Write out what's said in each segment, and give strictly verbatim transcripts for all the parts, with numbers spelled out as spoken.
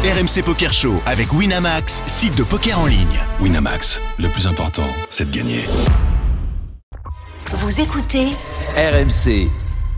R M C Poker Show avec Winamax, site de poker en ligne. Winamax, le plus important, c'est de gagner. Vous écoutez R M C.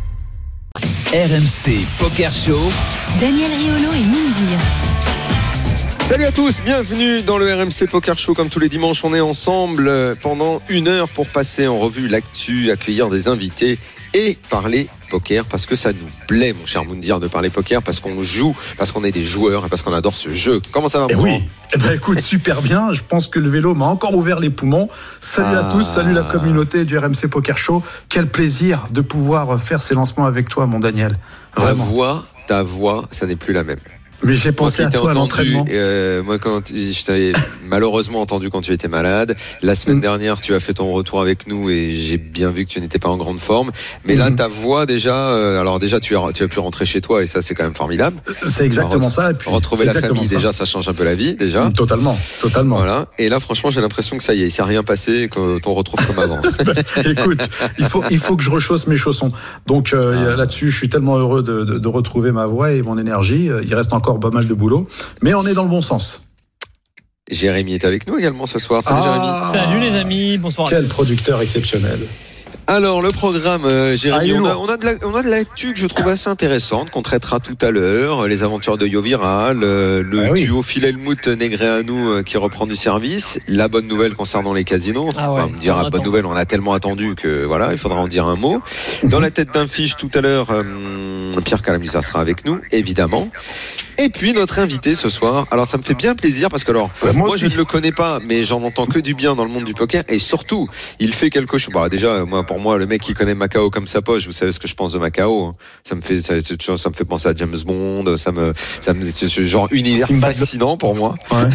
R M C Poker Show. Daniel Riolo et Moundir. Salut à tous, bienvenue dans le R M C Poker Show. Comme tous les dimanches, on est ensemble pendant une heure pour passer en revue l'actu, accueillir des invités et parler poker, parce que ça nous plaît, mon cher Moundir, de parler poker, parce qu'on joue, parce qu'on est des joueurs et parce qu'on adore ce jeu. Comment ça va, mon Oui, eh ben, écoute, super bien. Je pense que le vélo m'a encore ouvert les poumons. Salut ah. à tous, salut la communauté du R M C Poker Show. Quel plaisir de pouvoir faire ces lancements avec toi, mon Daniel. Vraiment. Ta voix, ta voix, ça n'est plus la même. Mais j'ai pensé à toi entendu, à l'entraînement. Euh, moi, quand je t'avais malheureusement entendu quand tu étais malade. La semaine mmh. dernière, tu as fait ton retour avec nous et j'ai bien vu que tu n'étais pas en grande forme. Mais mmh. là, ta voix déjà, euh, alors déjà, tu as, tu as pu rentrer chez toi et ça, c'est quand même formidable. C'est exactement re- ça. Et puis, retrouver la famille, ça. déjà, ça change un peu la vie, déjà. Totalement, totalement. Voilà. Et là, franchement, j'ai l'impression que ça y est, il s'est rien passé, que t'on retrouve comme avant. Écoute, il faut, il faut que je rechausse mes chaussons. Donc euh, ah. là-dessus, je suis tellement heureux de, de, de retrouver ma voix et mon énergie. Il reste encore pas mal de boulot. Mais on est dans le bon sens. Jérémy est avec nous également ce soir. Salut ah, Jérémy. Salut les amis, bonsoir. Quel producteur exceptionnel. Alors le programme, euh, Jérémy, ah, on, a, on, a de la, on a de l'actu que je trouve assez intéressante, qu'on traitera tout à l'heure, les aventures de Yo Viral, euh, le ah, duo oui. Phil-Helmut Negreanu euh, qui reprend du service, la bonne nouvelle concernant les casinos. Ah ouais, on me dira bonne nouvelle, on a tellement attendu que voilà, il faudra en dire un mot. Dans la tête d'un fiche tout à l'heure, euh, Pierre Calamusa sera avec nous, évidemment. Et puis notre invité ce soir, alors ça me fait bien plaisir parce que alors bah, moi, moi je ne le connais pas, mais j'en entends que du bien dans le monde du poker et surtout il fait quelque chose. Bah déjà moi pour moi le mec qui connaît Macao comme sa poche, vous savez ce que je pense de Macao. Ça me fait ça, ça me fait penser à James Bond, ça me ça me c'est ce genre univers fascinant pour moi. Ouais.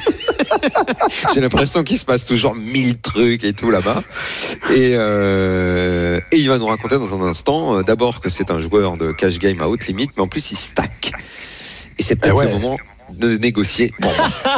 J'ai l'impression qu'il se passe toujours mille trucs et tout là-bas. Et euh, et il va nous raconter dans un instant d'abord que c'est un joueur de cash game à haute limite, mais en plus il stack. Et c'est peut-être eh ouais. le moment de négocier. Bon.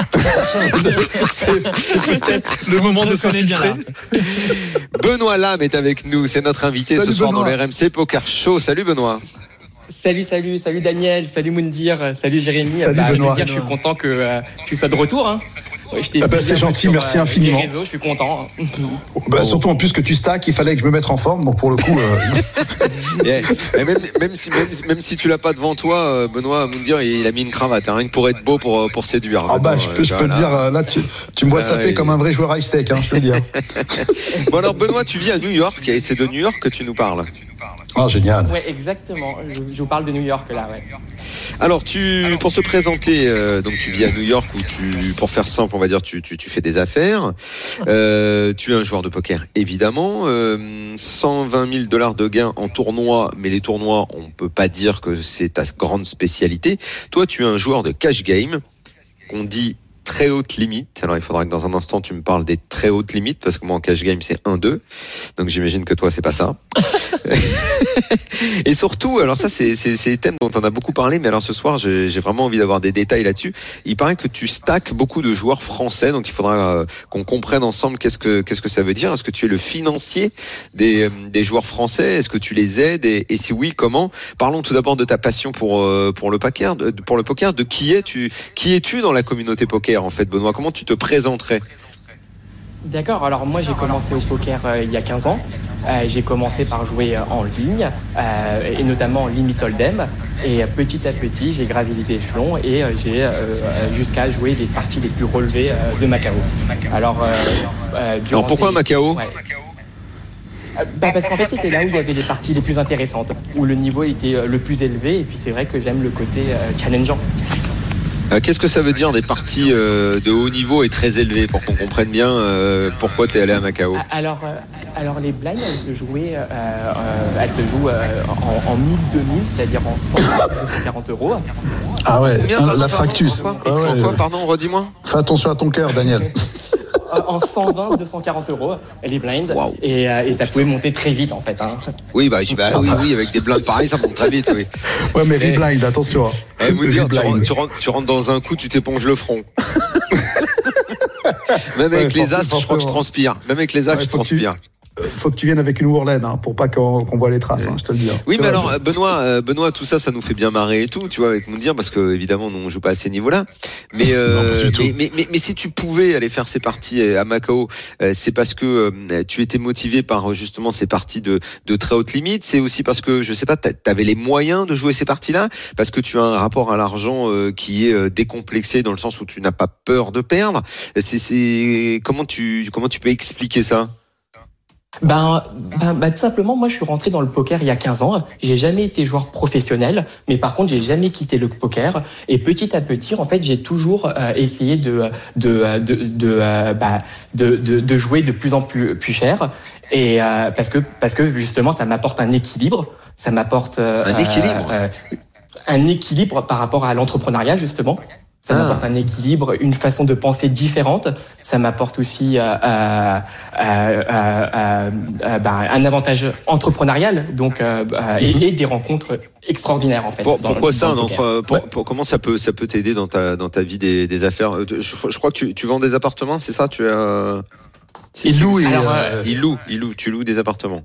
c'est, c'est peut-être le moment de s'infiltrer. Benoît Lame est avec nous. C'est notre invité salut ce soir Benoît. Dans le R M C Poker Show. Salut Benoît. Salut, salut, salut Daniel, salut Moundir, salut Jérémy. Salut bah, Benoît. Moundir, je suis content que euh, tu sois de retour. Hein. Ouais, je t'ai ah bah, c'est gentil, sur, merci euh, infiniment. Les réseaux, je suis content. Bah, oh. Surtout en plus que tu stacks, il fallait que je me mette en forme, donc pour le coup. Euh... yeah. même, même, si, même, même si tu l'as pas devant toi, Benoît Moundir, il a mis une cravate, hein, rien que pour être beau, pour, pour séduire. Ah bah, je peux, je peux te dire, là, tu, tu me vois ah, saper et... comme un vrai joueur high stake, hein, je peux te dire. Bon alors, Benoît, tu vis à New York et c'est de New York que tu nous parles. Ah, oh, génial. Ouais, exactement. Je, je vous parle de New York là, ouais. Alors, tu, Alors, pour te présenter, euh, donc tu vis à New York où tu, pour faire simple, on va dire, tu, tu, tu fais des affaires. Euh, tu es un joueur de poker, évidemment. Euh, cent vingt mille dollars de gains en tournoi, mais les tournois, on peut pas dire que c'est ta grande spécialité. Toi, tu es un joueur de cash game qu'on dit très haute limite. Alors il faudra que dans un instant tu me parles des très hautes limites parce que moi en cash game c'est un deux. Donc j'imagine que toi c'est pas ça. Et surtout, alors ça c'est, c'est, c'est des thèmes dont on a beaucoup parlé, mais alors ce soir j'ai, j'ai vraiment envie d'avoir des détails là-dessus. Il paraît que tu stacks beaucoup de joueurs français, donc il faudra euh, qu'on comprenne ensemble qu'est-ce que, qu'est-ce que ça veut dire. Est-ce que tu es le financier des, euh, des joueurs français? Est-ce que tu les aides? Et, et si oui, comment? Parlons tout d'abord de ta passion pour, euh, pour le poker, de, pour le poker. De qui es-tu, qui es-tu dans la communauté poker? En fait, Benoît, comment tu te présenterais? D'accord, alors moi j'ai commencé au poker euh, il y a quinze ans. Euh, j'ai commencé par jouer euh, en ligne, euh, et notamment en Limit Hold'em. Et euh, petit à petit, j'ai gravi les échelons et euh, j'ai euh, jusqu'à jouer les parties les plus relevées euh, de Macao. Alors, euh, euh, alors pourquoi ces... Macao? Ouais. Bah parce qu'en fait c'était là où il y avait les parties les plus intéressantes, où le niveau était euh, le plus élevé, et puis c'est vrai que j'aime le côté euh, challengeant. Euh, qu'est-ce que ça veut dire des parties euh, de haut niveau et très élevées pour qu'on comprenne bien euh, pourquoi tu es allé à Macao? Alors, euh, alors les blinds, elles se jouaient, euh, euh, elles se jouent euh, en, en mille, deux mille, c'est-à-dire en cent, deux cent quarante euros. Ah ouais, Combien, la, pardon, la fractus. Pardon, ah ouais. Quoi, pardon, redis-moi. Fais attention à ton cœur, Daniel. En cent vingt, deux cent quarante euros, les blinds. Wow. Et, euh, et ça pouvait monter très vite, en fait. Hein. Oui, bah, bah, oui, oui, avec des blinds pareils, ça monte très vite, oui. Ouais, mais reblind, attention. Eh, vous dire, tu, rentres, tu, rentres, tu rentres dans un coup, tu t'éponges le front. Même avec ouais, les as, je crois que je transpire. Même avec les as, ouais, je transpire. faut que tu viennes avec une Warlane hein, pour pas qu'on, qu'on voit les traces, hein, je te le dis. Hein. Oui, mais alors Benoît, Benoît, tout ça, ça nous fait bien marrer et tout, tu vois, avec Moundir, parce que évidemment, nous on joue pas à ces niveaux-là. Mais, euh, non, mais, mais, mais, mais si tu pouvais aller faire ces parties à Macao, euh, c'est parce que euh, tu étais motivé par justement ces parties de, de très haute limite. C'est aussi parce que je sais pas, t'avais les moyens de jouer ces parties-là, parce que tu as un rapport à l'argent euh, qui est euh, décomplexé dans le sens où tu n'as pas peur de perdre. C'est, c'est comment tu comment tu peux expliquer ça? Ben, ben, ben, tout simplement, moi, je suis rentré dans le poker il y a quinze ans. J'ai jamais été joueur professionnel, mais par contre, j'ai jamais quitté le poker. Et petit à petit, en fait, j'ai toujours euh, essayé de de de de, euh, bah, de de de jouer de plus en plus plus cher. Et euh, parce que parce que justement, ça m'apporte un équilibre. Ça m'apporte euh, un équilibre. Euh, un équilibre par rapport à l'entrepreneuriat, justement. Ça ah. m'apporte un équilibre, une façon de penser différente. Ça m'apporte aussi euh, euh, euh, euh, euh, bah, un avantage entrepreneurial, donc euh, mm-hmm. et, et des rencontres extraordinaires en fait. Pour, dans, pourquoi dans ça entre, pour, pour, Comment ça peut ça peut t'aider dans ta dans ta vie des, des affaires? je, je crois que tu, tu vends des appartements, c'est ça? Tu as il loue, alors, euh, il loue, il loue. Tu loues des appartements.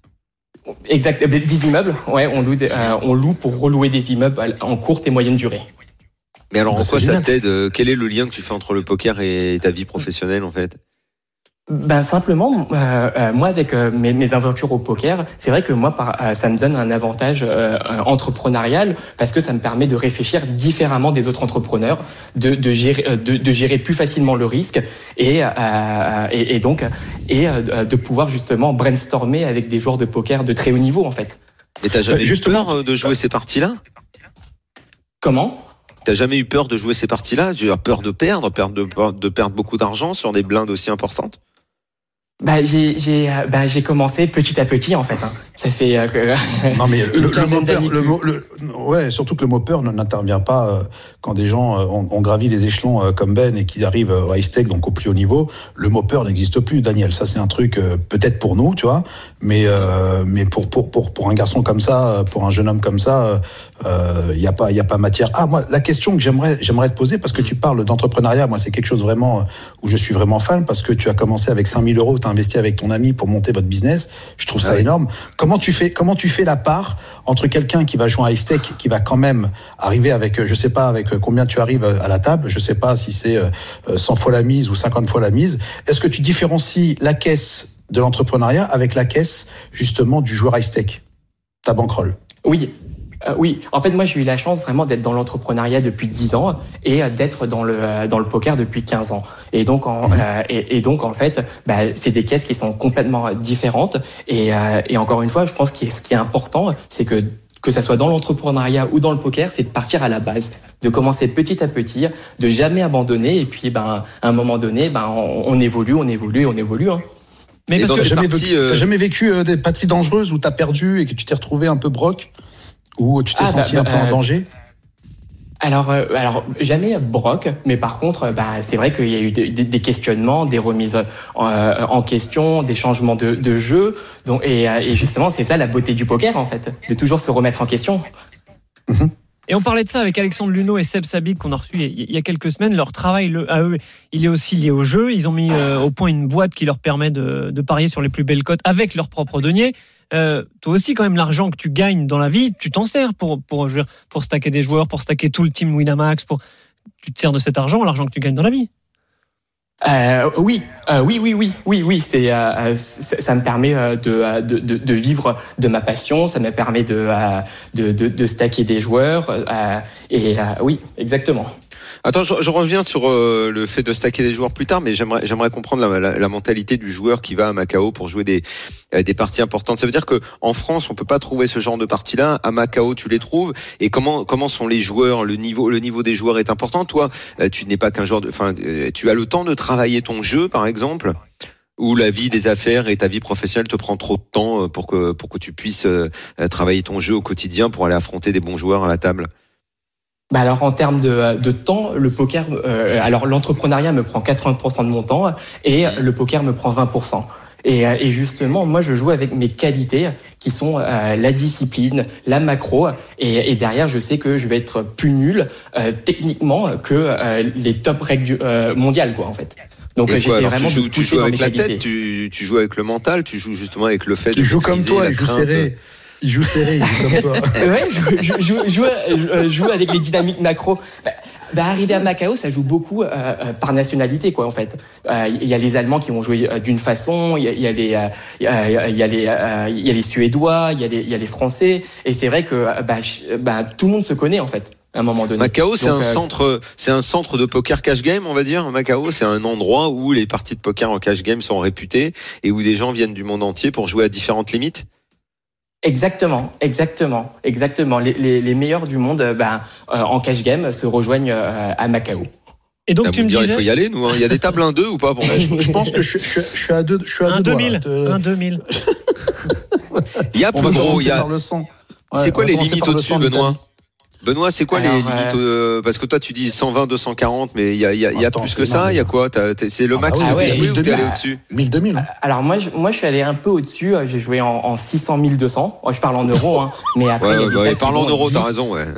Exact, des immeubles. Ouais, on loue, des, euh, on loue pour relouer des immeubles en courte et moyenne durée. Mais alors, bah, en quoi ça t'aide? Quel est le lien que tu fais entre le poker et ta vie professionnelle, en fait? Ben simplement, euh, euh, moi avec euh, mes, mes aventures au poker, c'est vrai que moi, par, euh, ça me donne un avantage euh, entrepreneurial parce que ça me permet de réfléchir différemment des autres entrepreneurs, de, de gérer, de, de gérer plus facilement le risque et euh, et, et donc et euh, de pouvoir justement brainstormer avec des joueurs de poker de très haut niveau en fait. Mais t'as jamais eu peur de jouer ces parties-là? Comment? T'as jamais eu peur de jouer ces parties-là? Tu as peur de perdre, peur de, de perdre beaucoup d'argent sur des blindes aussi importantes? Bah j'ai j'ai bah j'ai commencé petit à petit en fait. Hein. Ça fait euh, que non mais le, le mot peur, le mot, le, ouais surtout que le mot peur n'intervient pas euh, quand des gens euh, ont, ont gravi les échelons euh, comme Ben et qui arrivent au high stake donc au plus haut niveau. Le mot peur n'existe plus, Daniel. Ça c'est un truc euh, peut-être pour nous, tu vois, mais euh, mais pour pour pour pour un garçon comme ça, pour un jeune homme comme ça, il euh, y a pas il y a pas matière. Ah moi la question que j'aimerais j'aimerais te poser parce que tu parles d'entrepreneuriat, moi c'est quelque chose vraiment où je suis vraiment fan parce que tu as commencé avec cinq mille euros. Investi avec ton ami pour monter votre business, je trouve ça ah oui. énorme. Comment tu fais, comment tu fais la part entre quelqu'un qui va jouer à high stake, qui va quand même arriver avec, je sais pas avec combien tu arrives à la table, je sais pas si c'est cent fois la mise ou cinquante fois la mise. Est-ce que tu différencies la caisse de l'entrepreneuriat avec la caisse justement du joueur high stake, ta bankroll? Oui. Euh, oui, en fait, moi, j'ai eu la chance vraiment d'être dans l'entrepreneuriat depuis dix ans et euh, d'être dans le euh, dans le poker depuis quinze ans. Et donc, en, euh, et, et donc, en fait, bah, c'est des caisses qui sont complètement différentes. Et, euh, et encore une fois, je pense que ce qui est important, c'est que que ça soit dans l'entrepreneuriat ou dans le poker, c'est de partir à la base, de commencer petit à petit, de jamais abandonner. Et puis, ben, à un moment donné, ben, on, on évolue, on évolue, on évolue. Hein. Mais parce que t'as jamais, parties, euh... jamais vécu euh, des parties dangereuses où t'as perdu et que tu t'es retrouvé un peu broc? Ou tu t'es ah, senti bah, un peu euh, en danger? Alors, euh, alors jamais broc, mais par contre, bah, c'est vrai qu'il y a eu des, des questionnements, des remises en, euh, en question, des changements de, de jeu. Donc, et, et justement, c'est ça la beauté du poker, en fait, de toujours se remettre en question. Mmh. Et on parlait de ça avec Alexandre Luneau et Seb Sabik qu'on a reçu il y a quelques semaines. Leur travail le, à eux, il est aussi lié au jeu. Ils ont mis euh, au point une boîte qui leur permet de, de parier sur les plus belles cotes avec leurs propres deniers. Euh, toi aussi, quand même, l'argent que tu gagnes dans la vie, tu t'en sers pour pour pour stacker des joueurs, pour stacker tout le team Winamax. Pour tu te sers de cet argent, l'argent que tu gagnes dans la vie. Euh, oui, euh, oui, oui, oui, oui, oui. C'est, euh, c'est ça me permet de, de de de vivre de ma passion. Ça me permet de de de, de stacker des joueurs. Euh, et euh, oui, exactement. Attends, je, je reviens sur euh, le fait de stacker des joueurs plus tard, mais j'aimerais, j'aimerais comprendre la, la, la mentalité du joueur qui va à Macao pour jouer des, euh, des parties importantes. Ça veut dire que en France, on peut pas trouver ce genre de parties-là. À Macao, tu les trouves. Et comment, comment sont les joueurs? Le niveau, le niveau des joueurs est important. Toi, euh, tu n'es pas qu'un joueur de, enfin, euh, tu as le temps de travailler ton jeu, par exemple, ou la vie des affaires et ta vie professionnelle te prend trop de temps pour que, pour que tu puisses euh, travailler ton jeu au quotidien pour aller affronter des bons joueurs à la table? Bah alors en termes de, de temps, le poker, euh, alors l'entrepreneuriat me prend quatre-vingts pour cent de mon temps et le poker me prend vingt pour cent. Et, et justement, moi je joue avec mes qualités qui sont euh, la discipline, la macro, et, et derrière je sais que je vais être plus nul euh, techniquement que euh, les top règles euh, mondiales quoi en fait. Donc et j'essaie quoi, alors, vraiment tu joues, de tu pousser joues dans avec mes la qualités. tête, tu, tu joues avec le mental, tu joues justement avec le fait Il de joue comme maîtriser toi, la il joue crainte. serré. Il joue serré, il joue comme toi. Ouais, je, je, je, joue, je joue avec les dynamiques macro. Bah, bah, arriver à Macao, ça joue beaucoup euh, euh, par nationalité, quoi, en fait. Il euh, y a les Allemands qui vont jouer euh, d'une façon, il y a, y a les, euh, y a, y a les, euh, y a les Suédois, il y a les, il y a les Français, et c'est vrai que bah, je, bah, tout le monde se connaît, en fait. À un moment donné. Macao, c'est Donc, un euh, centre, c'est un centre de poker cash game, on va dire. Macao, c'est un endroit où les parties de poker en cash game sont réputées et où des gens viennent du monde entier pour jouer à différentes limites. Exactement, exactement, exactement. Les, les, les meilleurs du monde, ben, euh, en cash game, se rejoignent euh, à Macao. Et donc Là, tu vous me dire, disais, il faut y aller, nous. Hein. Il y a des tables un deux ou pas pour moi je, je pense que je, je, je suis à deux, je suis à un deux deux doigts, mille, là. Te- un deux mille. Il y a On plus va gros. commencer Il y a. par le sang. Ouais, C'est quoi on va les commencer limites par le au-dessus, sang Benoît d'Italie. Benoît, c'est quoi Alors, les limites euh, parce que toi tu dis cent vingt, deux cent quarante, mais il y a, il y a, il y a Attends, plus c'est que ça. énorme, Il y a ça. quoi T'as- t'es- C'est le Ah bah max oui, que ouais, t'es joué ou t'es allé bah, au-dessus mille, deux mille. Alors moi, je, moi, je suis allé un peu au-dessus. J'ai joué en, en six cents mille deux cents. Je parle en euros, hein. Mais après, Ouais, il y a ouais, des bah, tables ouais, qui parle en vont euros, t'as dix. raison, ouais.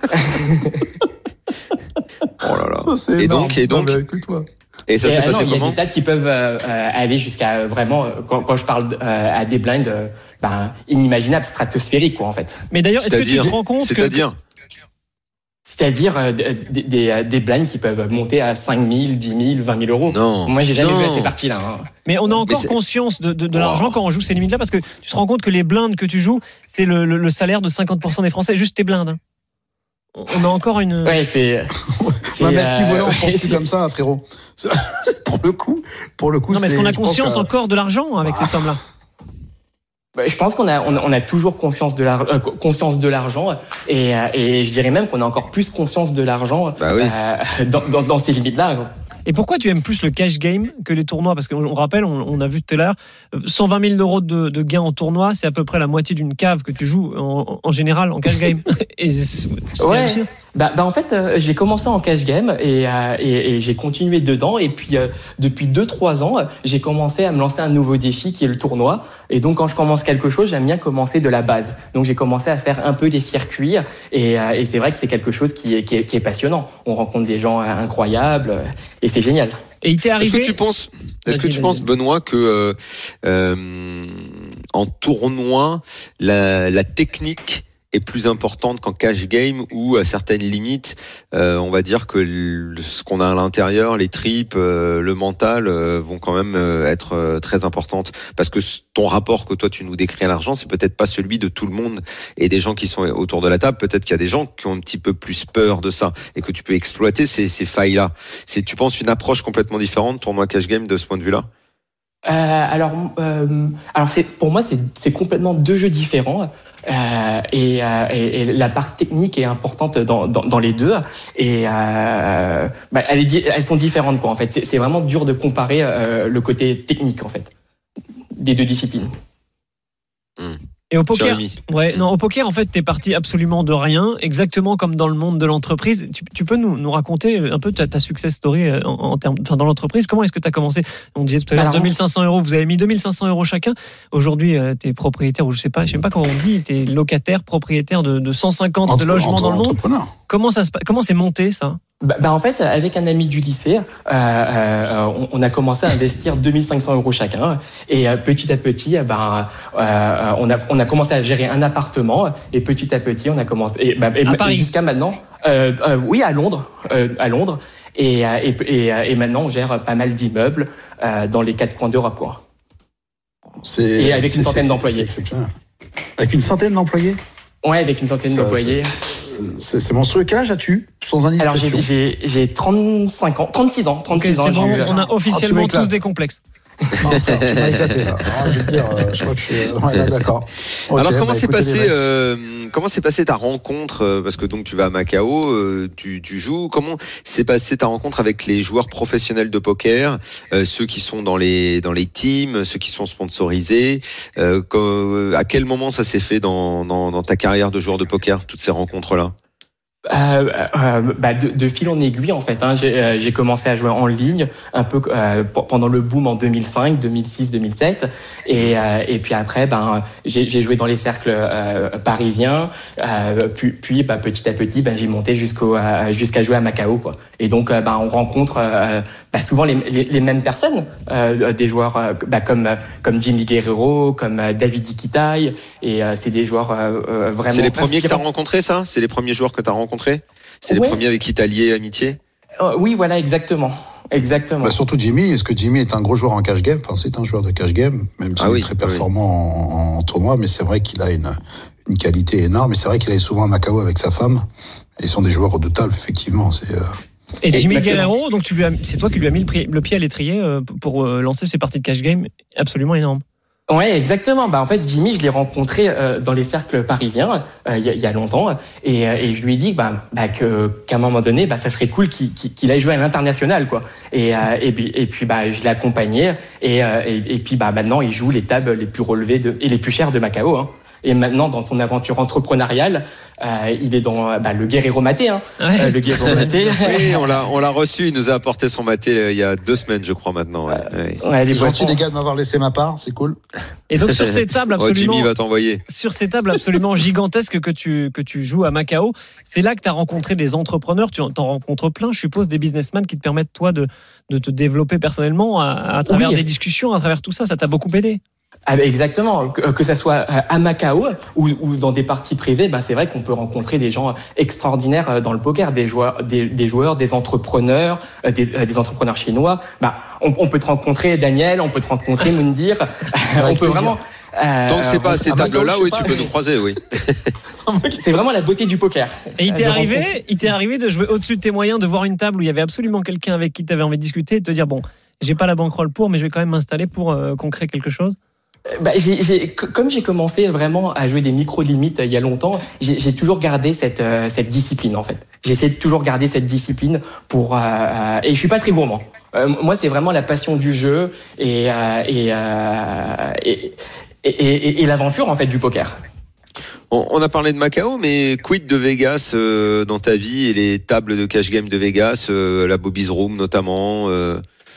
Oh là là. Oh, c'est Et énorme. donc, et donc, Non, mais écoute-toi. et ça Et, s'est ah non, passé il y a comment des tables qui peuvent euh, euh, aller jusqu'à euh, vraiment, euh, quand, quand je parle euh, à des blinds, euh, ben, inimaginables, stratosphériques, quoi, en fait. Mais d'ailleurs, est-ce que tu C'est-à-dire, te rends compte que c'est-à-dire, C'est-à-dire euh, des, des, des blinds qui peuvent monter à cinq mille, dix mille, vingt mille euros. non. Moi, j'ai jamais non. vu à ces parties-là. Hein. Mais on a encore c'est- conscience de, de, de Oh. l'argent quand on joue ces limites-là, parce que tu te rends compte que les blindes que tu joues, c'est le, le, le salaire de cinquante pour cent des Français, juste tes blindes. hein. On a encore une. Ouais, c'est. c'est, Non, mais à ce niveau-là, on euh, pense plus c'est- comme ça, frérot. Pour le coup, pour le coup, Non, mais est-ce c'est- qu'on a je pense conscience qu'à- encore de l'argent avec ces sommes-là? Bah, je pense qu'on a, on a, on a toujours confiance de l'ar- euh, conscience de l'argent et, euh, et je dirais même qu'on a encore plus conscience de l'argent Bah oui. euh, dans, dans, dans ces limites-là. Et pourquoi tu aimes plus le cash game que les tournois? Parce qu'on on rappelle, on, on a vu tout à l'heure, cent vingt mille euros de, de gains en tournoi, c'est à peu près la moitié d'une cave que tu joues en, en général en cash game. Et c'est, c'est Ouais. hallucinant. Bah, bah en fait, euh, j'ai commencé en cash game et, euh, et, et j'ai continué dedans. Et puis, euh, depuis deux trois ans, j'ai commencé à me lancer un nouveau défi qui est le tournoi. Et donc, quand je commence quelque chose, j'aime bien commencer de la base. Donc, j'ai commencé à faire un peu des circuits. Et, euh, et c'est vrai que c'est quelque chose qui est, qui est, qui est passionnant. On rencontre des gens incroyables et c'est génial. Et il t'est Est-ce arrivé. que tu penses, est-ce que Vas-y, tu vas-y. penses, Benoît, que euh, euh, en tournoi, la, la technique est plus importante qu'en cash game où à certaines limites, euh, on va dire que le- ce qu'on a à l'intérieur, les tripes, euh, le mental euh, vont quand même euh, être euh, très importantes parce que c- ton rapport que toi tu nous décris à l'argent, c'est peut-être pas celui de tout le monde et des gens qui sont autour de la table. Peut-être qu'il y a des gens qui ont un petit peu plus peur de ça et que tu peux exploiter ces, ces failles-là. C'est, tu penses, une approche complètement différente tournoi cash game de ce point de vue-là? Euh, alors, euh, alors c'est pour moi c'est c'est complètement deux jeux différents. Euh, et, euh, et, et la part technique est importante dans, dans, dans les deux et euh, bah, elle est di- elles sont différentes quoi en fait. C'est, c'est vraiment dur de comparer euh, le côté technique en fait des deux disciplines. Et au poker, Jérémy. ouais, non, au poker, en fait, t'es parti absolument de rien, exactement comme dans le monde de l'entreprise. Tu, tu peux nous, nous raconter un peu ta, ta success story en, en termes, enfin, dans l'entreprise. Comment est-ce que tu as commencé? On disait tout à l'heure Alors, deux mille cinq cents euros. Vous avez mis deux mille cinq cents euros chacun. Aujourd'hui, euh, t'es propriétaire, ou je sais pas, je sais même pas comment on dit, t'es locataire, propriétaire de, de cent cinquante Entre- logements entre- dans le monde. entrepreneur. Comment ça se, pa- comment c'est monté ça? Bah, bah, en fait, avec un ami du lycée, euh, euh, on, on a commencé à investir deux mille cinq cents euros chacun. Et euh, petit à petit, euh, ben, euh, on, a, on a commencé à gérer un appartement. Et petit à petit, on a commencé. Et, bah, et, À Paris. et jusqu'à maintenant, euh, euh, oui, à Londres, euh, à Londres. Et, euh, et, et, et maintenant, on gère pas mal d'immeubles euh, dans les quatre coins d'Europe, quoi. C'est- Et avec c'est- une centaine c'est- d'employés. c'est exceptionnel. Avec une centaine d'employés? Ouais, avec une centaine Ça, d'employés. C'est c'est monstrueux. Quel âge as-tu? Sans Alors j'ai, indiscrétion. j'ai, j'ai trente-cinq ans, trente-six ans, Ok, trente-six ans. c'est bon, j'ai- on a officiellement m'éclates. tous des complexes. Non, frère, tu m'as éclaté, là. Ah, je vais te dire, euh, je crois que je suis. Ouais, là, d'accord. Ok, Alors comment bah, s'est écoutez, passé les mecs. euh, comment s'est passé ta rencontre euh, parce que donc tu vas à Macao, euh, tu, tu joues. Comment s'est passé ta rencontre avec les joueurs professionnels de poker, euh, ceux qui sont dans les dans les teams, ceux qui sont sponsorisés. Euh, quand- à quel moment ça s'est fait dans, dans dans ta carrière de joueur de poker, toutes ces rencontres là? Euh, euh, bah de, de fil en aiguille en fait. Hein. J'ai, euh, j'ai commencé à jouer en ligne un peu euh, pendant le boom en deux mille cinq, deux mille six, deux mille sept, et euh, et puis après ben j'ai, j'ai joué dans les cercles euh, parisiens. Euh, puis puis bah, petit à petit ben j'ai monté jusqu'au euh, jusqu'à jouer à Macao quoi. Et donc euh, ben on rencontre euh, bah, souvent les, les les mêmes personnes, euh, des joueurs euh, bah, comme comme Jimmy Guerrero, comme euh, David Iquitai, et euh, c'est des joueurs euh, vraiment. C'est les premiers inspirants. que t'as rencontrés, ça ? C'est les premiers joueurs que t'as rencontrés ? C'est ouais. les premiers avec qui t'as lié amitié ? euh, Oui, voilà, exactement. Exactement. Bah surtout Jimmy, est-ce que Jimmy est un gros joueur en cash game ? Enfin, c'est un joueur de cash game, même s'il ah est oui, très performant oui. en, en tournoi, mais c'est vrai qu'il a une, une qualité énorme. Et c'est vrai qu'il est souvent à Macao avec sa femme. Et ils sont des joueurs redoutables, effectivement. C'est, euh... Et Jimmy Guerrero, donc tu lui as, c'est toi qui lui as mis le, pri- le pied à l'étrier euh, pour euh, lancer ses parties de cash game absolument énormes. Ouais, exactement. Bah en fait, Jimmy, je l'ai rencontré euh, dans les cercles parisiens il euh, y, y a longtemps, et, euh, et je lui ai dit bah, bah que qu'à un moment donné, bah ça serait cool qu'il, qu'il, qu'il aille jouer à l'international, quoi. Et euh, et puis et puis bah je l'ai accompagné, et, euh, et et puis bah maintenant il joue les tables les plus relevées de, et les plus chères de Macao. Hein. Et maintenant, dans son aventure entrepreneuriale, euh, il est dans bah, le Guerrero Maté. Hein. Ouais. Euh, le Guerrero Maté. Oui, on l'a, on l'a reçu. Il nous a apporté son maté euh, il y a deux semaines, je crois, maintenant. Ouais. Ouais. Ouais, c'est gentil, les gars, de m'avoir laissé ma part. C'est cool. Et donc, sur ces tables absolument. Oh, Jimmy va t'envoyer. Sur ces tables absolument gigantesques que tu, que tu joues à Macao, c'est là que tu as rencontré des entrepreneurs. Tu en rencontres plein, je suppose, des businessmen qui te permettent, toi, de, de te développer personnellement à, à travers oui. des discussions, à travers tout ça. Ça t'a beaucoup aidé. Ah bah exactement, que, que ça soit à Macao ou, ou dans des parties privées, bah c'est vrai qu'on peut rencontrer des gens extraordinaires dans le poker, des joueurs, des, des joueurs, des entrepreneurs, des, des entrepreneurs chinois. Bah on, on peut te rencontrer Daniel, on peut te rencontrer Moundir, on peut vraiment. Euh, Donc c'est pas à ces tables-là, oui, tu peux nous croiser, oui. C'est vraiment la beauté du poker. Et il t'est arrivé, il t'est arrivé de jouer au-dessus de tes moyens, de voir une table où il y avait absolument quelqu'un avec qui tu avais envie de discuter et de te dire bon, j'ai pas la bankroll pour, mais je vais quand même m'installer pour euh, qu'on crée quelque chose. Bah, j'ai, j'ai, comme j'ai commencé vraiment à jouer des micro-limites il y a longtemps, j'ai, j'ai toujours gardé cette, euh, cette discipline en fait. J'essaie de toujours garder cette discipline pour euh, et je suis pas très gourmand. Euh, moi, c'est vraiment la passion du jeu et euh, et, euh, et, et, et et l'aventure en fait du poker. On a parlé de Macao, mais quid de Vegas euh, dans ta vie et les tables de cash game de Vegas, euh, la Bobby's Room notamment. Euh...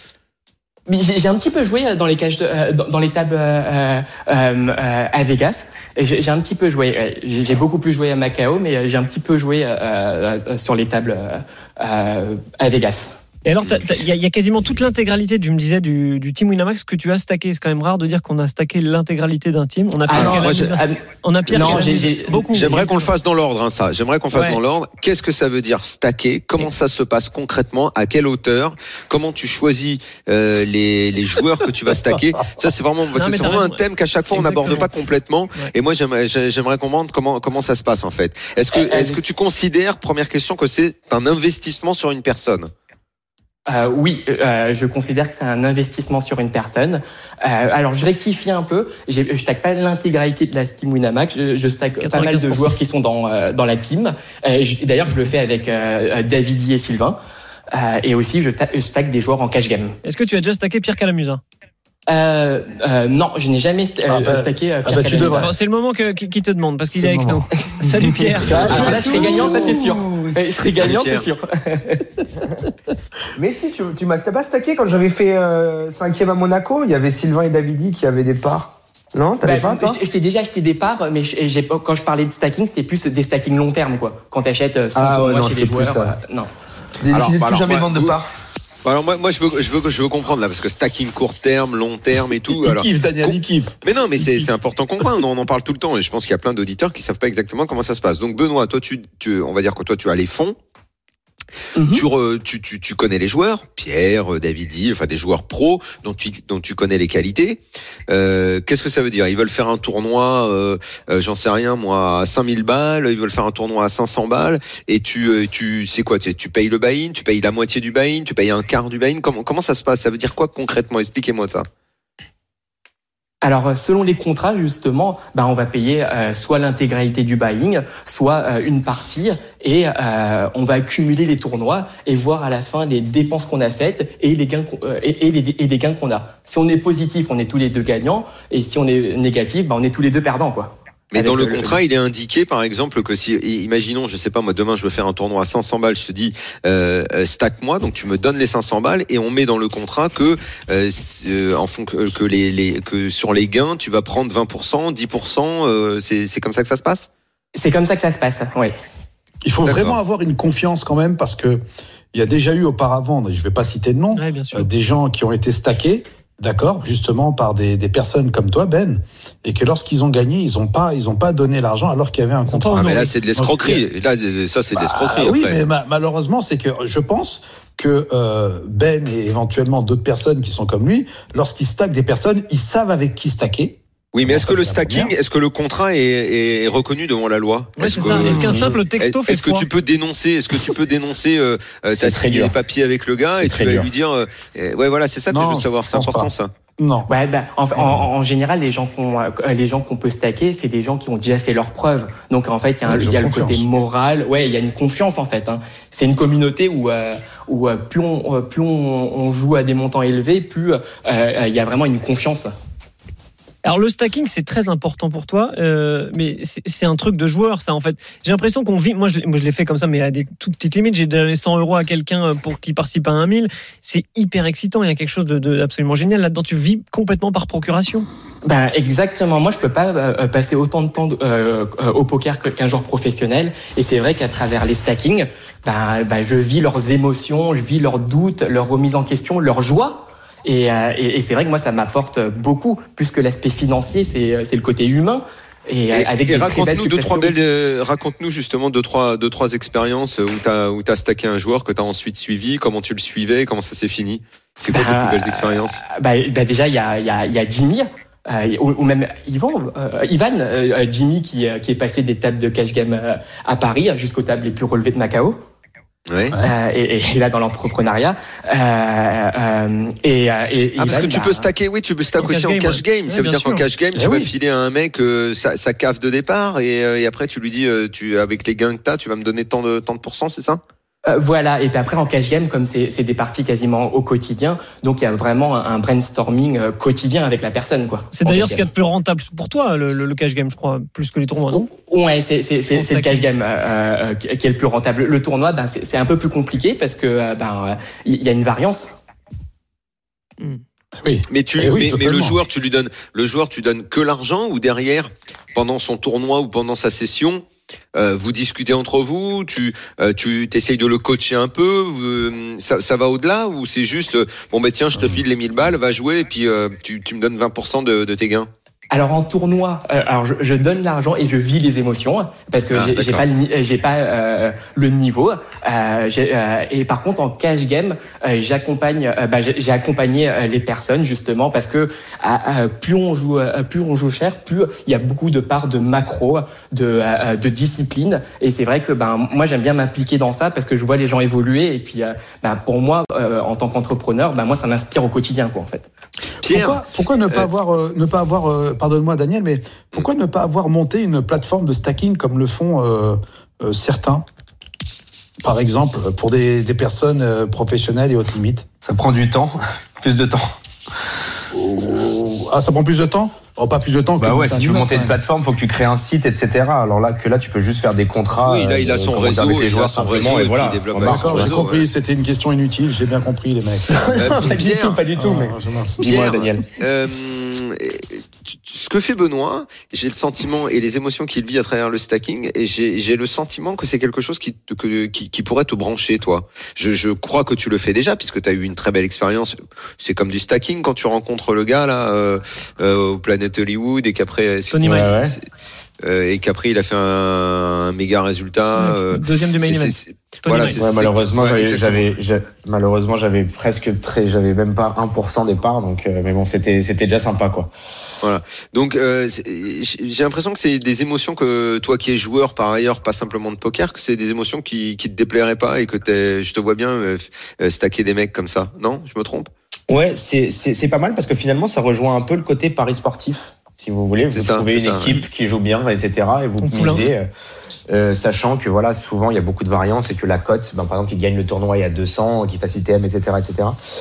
J'ai un petit peu joué dans les cages de, dans les tables euh, euh, à Vegas. J'ai un petit peu joué. J'ai beaucoup plus joué à Macao, mais j'ai un petit peu joué euh, sur les tables euh, à Vegas. Et alors, il y, y a quasiment toute l'intégralité, tu me disais, du, du team Winamax que tu as stacké. C'est quand même rare de dire qu'on a stacké l'intégralité d'un team. On a Pierre, ah non, moi, a, on a Pierre non, j'ai, j'ai, beaucoup. J'aimerais qu'on le fasse dans l'ordre, hein, ça. J'aimerais qu'on fasse ouais. dans l'ordre. Qu'est-ce que ça veut dire stacker ? Comment ça se passe concrètement ? À quelle hauteur ? Comment tu choisis euh, les, les joueurs que tu vas stacker ? Ça, c'est vraiment, non, c'est, c'est vraiment un thème qu'à chaque fois on n'aborde pas complètement. Ouais. Et moi, j'aimerais, j'aimerais comprendre comment comment ça se passe en fait. Est-ce que est-ce que tu considères, première question, que c'est un investissement sur une personne ? Euh, oui, euh, je considère que c'est un investissement sur une personne. Euh, alors, je rectifie un peu. J'ai, je stack pas l'intégralité de la team Winamax. Je, je stack pas mal de joueurs qui sont dans euh, dans la team. Euh, je, d'ailleurs, je le fais avec euh, Davidi et Sylvain. Euh, et aussi, je, ta- je stack des joueurs en cash game. Est-ce que tu as déjà stacké Pierre Calamusa ? Euh, euh, non, je n'ai jamais st- ah bah, stacké euh, Pierre ah bah, Calamusa. Bon, c'est le moment que, qui, qui te demande parce qu'il c'est est avec nous. Salut Pierre. Alors là, je serai gagnant, ça c'est sûr. Je serai gagnant, c'est sûr. Mais si, tu, tu m'as pas stacké quand j'avais fait euh, cinquième à Monaco. Il y avait Sylvain et Davidi qui avaient des parts. Non, t'avais bah, pas, toi je, je t'ai déjà acheté des parts, mais je, j'ai, quand je parlais de stacking, c'était plus des stacking long terme, quoi. Quand t'achètes cent ah, ouais, non, chez les joueurs. Euh, non. J'ai décidé de plus jamais vendre de parts. Alors moi, moi je veux, je veux, je veux comprendre là parce que stacking court terme, long terme et tout. Il alors, kiffe, Daniel, il kiffe. Mais non, mais c'est, c'est important qu'on comprenne. On en parle tout le temps et je pense qu'il y a plein d'auditeurs qui savent pas exactement comment ça se passe. Donc Benoît, toi, tu, tu on va dire que toi, tu as les fonds. Mm-hmm. Tu, re, tu, tu, tu connais les joueurs, Pierre, Davidi, enfin des joueurs pros dont tu, dont tu connais les qualités. Euh, qu'est-ce que ça veut dire ? Ils veulent faire un tournoi, euh, euh, j'en sais rien, moi, à cinq mille balles. Ils veulent faire un tournoi à cinq cents balles. Et tu, euh, tu, c'est quoi ? Tu, tu payes le buy-in, tu payes la moitié du buy-in, tu payes un quart du buy-in. Comment, comment ça se passe ? Ça veut dire quoi concrètement ? Expliquez-moi ça. Alors, selon les contrats, justement, bah, on va payer euh, soit l'intégralité du buying, soit euh, une partie, et euh, on va accumuler les tournois et voir à la fin les dépenses qu'on a faites et les gains, euh, et, et, les, et les gains qu'on a. Si on est positif, on est tous les deux gagnants, et si on est négatif, bah, on est tous les deux perdants, quoi. Mais dans le, le contrat, le... il est indiqué, par exemple, que si, imaginons, je sais pas, moi, demain, je veux faire un tournoi à cinq cents balles, je te dis, euh, stack-moi, donc tu me donnes les cinq cents balles, et on met dans le contrat que, euh, en fond, que les, les, que sur les gains, tu vas prendre vingt pour cent, dix pour cent, euh, c'est, c'est comme ça que ça se passe? C'est comme ça que ça se passe, oui. Il faut D'accord. vraiment avoir une confiance quand même, parce que il y a déjà eu auparavant, je vais pas citer de nom, ouais, euh, des gens qui ont été stackés, d'accord, justement par des, des personnes comme toi, Ben, et que lorsqu'ils ont gagné, ils ont pas, ils ont pas donné l'argent alors qu'il y avait un contrat. Ah, mais là, c'est de l'escroquerie. Là, ça, c'est de l'escroquerie. Bah, oui, après. mais ma- malheureusement, c'est que je pense que euh, Ben et éventuellement d'autres personnes qui sont comme lui, lorsqu'ils stackent des personnes, ils savent avec qui stacker. Oui, mais bon, est-ce ça, que le stacking, est-ce que le contrat est, est reconnu devant la loi? Ouais, est-ce, que, est-ce qu'un simple texto est, fait Est-ce que tu peux dénoncer, est-ce que tu peux dénoncer, euh, t'as signé les papiers avec le gars c'est et tu vas dur. lui dire, euh, ouais, voilà, c'est ça que non, je veux savoir, c'est important pas. ça. Non. Ouais, bah, en, en, en général, les gens qu'on, les gens qu'on peut stacker, c'est des gens qui ont déjà fait leurs preuves. Donc, en fait, il y a, un, il y a le côté moral. Ouais, il y a une confiance, en fait, hein. C'est une communauté où, euh, où plus on, plus on, on joue à des montants élevés, plus, euh, il y a vraiment une confiance. Alors le stacking c'est très important pour toi, euh, mais c'est, c'est un truc de joueur ça en fait. J'ai l'impression qu'on vit, moi je, moi je l'ai fait comme ça, mais à des toutes petites limites. J'ai donné cent euros à quelqu'un pour qu'il participe à un mille. C'est hyper excitant, il y a quelque chose de, de absolument génial là-dedans. Tu vis complètement par procuration. Ben exactement. Moi je peux pas euh, passer autant de temps euh, au poker qu'un joueur professionnel. Et c'est vrai qu'à travers les stacking, ben, ben je vis leurs émotions, je vis leurs doutes, leurs remises en question, leur joie. Et, euh, et, et c'est vrai que moi, ça m'apporte beaucoup, plus que l'aspect financier, c'est, c'est le côté humain. Et, et, avec et raconte-nous deux, trois belles, euh, raconte-nous justement deux, trois, deux, trois expériences où t'as, où t'as stacké un joueur que t'as ensuite suivi, comment tu le suivais, comment ça s'est fini. C'est quoi bah, tes plus belles expériences? Bah, bah déjà, il y a, il y a, il y a Jimmy. Euh, ou, ou même Yvan, euh, Ivan, euh, Jimmy qui, qui est passé des tables de cash game euh, à Paris jusqu'aux tables les plus relevées de Macao. Ouais. Euh, et, et là dans l'entrepreneuriat euh, euh, et, et ah Ivan, parce que tu bah, peux stacker, oui, tu peux stacker aussi en cash game. Ouais. Ça ouais, veut dire sûr. qu'en cash game, tu eh vas oui. filer à un mec euh, sa, sa cave de départ et, euh, et après tu lui dis, euh, tu avec les gains que t'as, tu vas me donner tant de tant de pourcents, c'est ça? Euh, voilà, et puis après en cash game, comme c'est, c'est des parties quasiment au quotidien, donc il y a vraiment un brainstorming euh, quotidien avec la personne, quoi. C'est d'ailleurs ce qu'il y a de plus rentable pour toi, le, le, le cash game, je crois, plus que les tournois, non? Ouais, c'est, c'est, c'est, c'est le cash game euh, qui est le plus rentable. Le tournoi, ben, c'est, c'est un peu plus compliqué parce que ben il y a une variance. Hmm. Oui, mais tu, eh oui, mais, mais le joueur, tu lui donnes, le joueur, tu donnes que l'argent ou derrière, pendant son tournoi ou pendant sa session. Euh, vous discutez entre vous, tu euh, tu t'essayes de le coacher un peu, euh, ça, ça va au-delà ou c'est juste euh, bon ben tiens je te file les mille balles, va jouer et puis euh, tu tu me donnes vingt pour cent de, de tes gains. Alors en tournoi, euh, alors je, je donne l'argent et je vis les émotions parce que ah, j'ai, j'ai pas le, j'ai pas euh, le niveau. Euh, j'ai, euh, et par contre en cash game, euh, j'accompagne, euh, bah, j'ai, j'ai accompagné euh, les personnes justement parce que euh, plus on joue, euh, plus on joue cher, plus il y a beaucoup de parts de macro, de euh, de discipline. Et c'est vrai que ben moi j'aime bien m'impliquer dans ça parce que je vois les gens évoluer et puis euh, ben pour moi euh, en tant qu'entrepreneur, ben moi ça m'inspire au quotidien quoi en fait. Pierre, pourquoi, pourquoi ne pas euh, avoir, euh, ne pas avoir, euh, pardonne-moi Daniel, mais pourquoi ne pas avoir monté une plateforme de stacking comme le font euh, euh, certains, par exemple, pour des, des personnes euh, professionnelles et haute limite? Ça prend du temps, plus de temps. Oh, ah, ça prend plus de temps? Oh, pas plus de temps que. Bah ouais, si tu veux monter une plateforme, faut que tu crées un site, et cetera. Alors là, que là, tu peux juste faire des contrats. Oui, là, il a son réseau, avec les joueurs simplement, et voilà. D'accord, j'ai compris. Ouais. C'était une question inutile. J'ai bien compris, les mecs. Euh, pas du tout, pas du tout. Mais... Dis-moi, Daniel. Euh, ce que fait Benoît, j'ai le sentiment et les émotions qu'il vit à travers le stacking, et j'ai, j'ai le sentiment que c'est quelque chose qui, que, qui, qui pourrait te brancher, toi. Je, je crois que tu le fais déjà, puisque tu as eu une très belle expérience. C'est comme du stacking quand tu rencontres le gars là euh, euh, au Planet Hollywood et qu'après, Tony Mike. Ouais. Euh, et qu'après il a fait un, un méga résultat. Euh, Deuxième du main event. Voilà, c'est, ouais, malheureusement, ouais, j'avais, j'avais, j'avais, malheureusement, j'avais presque très, j'avais même pas un pour cent des parts, donc, euh, mais bon, c'était, c'était déjà sympa, quoi. Voilà. Donc, euh, j'ai l'impression que c'est des émotions que toi qui es joueur par ailleurs, pas simplement de poker, que c'est des émotions qui, qui te déplairaient pas et que t'es, je te vois bien euh, stacker des mecs comme ça. Non, je me trompe? Ouais, c'est, c'est, c'est pas mal parce que finalement, ça rejoint un peu le côté pari sportif. Si vous voulez, vous ça, trouvez une ça, équipe ouais. qui joue bien, et cetera. Et vous misez, euh, euh, sachant que voilà, souvent il y a beaucoup de variances et que la cote, ben, par exemple, qui gagne le tournoi il y a deux cents, qui fasse I T M, et cetera, et cetera.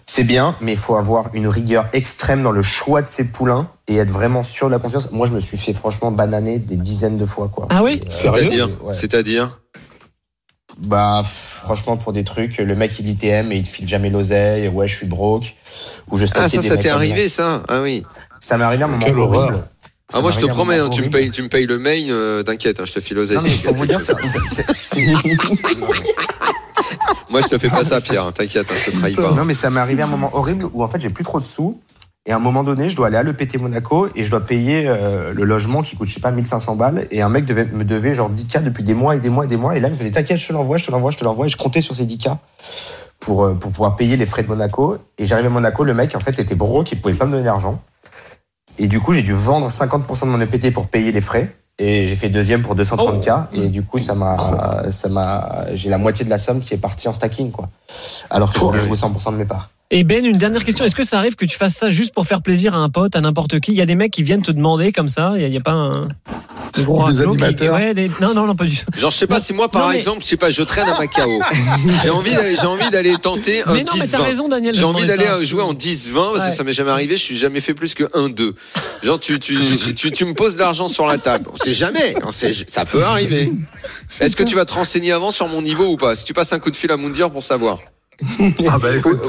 C'est bien, mais il faut avoir une rigueur extrême dans le choix de ses poulains et être vraiment sûr de la confiance. Moi, je me suis fait franchement bananer des dizaines de fois, quoi. Ah oui? Euh, C'est-à-dire, ouais. C'est-à-dire Bah, franchement, pour des trucs, le mec, il I T M et il te file jamais l'oseille. Ouais, je suis broke. Ou je ah, ça, ça t'est arrivé, ça? Ah oui. Ça m'est arrivé à un moment. Quelle horreur. Ah, moi, je te promets, hein, tu, me payes, tu me payes le mail, euh, t'inquiète, hein, je te file l'oseille. Non, mais pour vous dire, ça, c'est, c'est, c'est... Moi, je te fais pas ça, Pierre, hein, t'inquiète, hein, je te trahis pas. Non, mais ça m'est arrivé à un moment horrible où, en fait, j'ai plus trop de sous. Et à un moment donné, je dois aller à l'E P T Monaco et je dois payer euh, le logement qui coûte, je sais pas, mille cinq cents balles. Et un mec devait, me devait genre dix K depuis des mois et des mois et des mois. Et là, il me faisait, t'inquiète, je te l'envoie, je te l'envoie, je te l'envoie. Et je comptais sur ces dix K pour, euh, pour pouvoir payer les frais de Monaco. Et j'arrive à Monaco, le mec, en fait, était broke, il pouvait pas me donner l'argent. Et du coup, j'ai dû vendre cinquante pour cent de mon E P T pour payer les frais. Et j'ai fait deuxième pour deux cent trente K. Oh. Et du coup, ça m'a, ça m'a, j'ai la moitié de la somme qui est partie en stacking, quoi. Alors que je voulais jouer cent pour cent de mes parts. Et Ben, une dernière question. Est-ce que ça arrive que tu fasses ça juste pour faire plaisir à un pote, à n'importe qui? Il y a des mecs qui viennent te demander comme ça. Il n'y a, a pas un. Des, gros des animateurs. Qui, ouais, des... Non, non, non, pas du tout. Genre, je sais pas si moi, par non, mais... exemple, je sais pas, je traîne à Macao. j'ai envie d'aller, j'ai envie d'aller tenter un mais non, dix vingt. Mais t'as raison, Daniel. J'ai envie d'aller ça. jouer en dix vingt parce ouais. que ça m'est jamais arrivé. Je suis jamais fait plus que un deux. Genre, tu, tu, tu, tu, tu me poses de l'argent sur la table. On sait jamais. On sait, ça peut arriver. Est-ce que tu vas te renseigner avant sur mon niveau ou pas? Si tu passes un coup de fil à Moundir pour savoir. Ah bah écoute.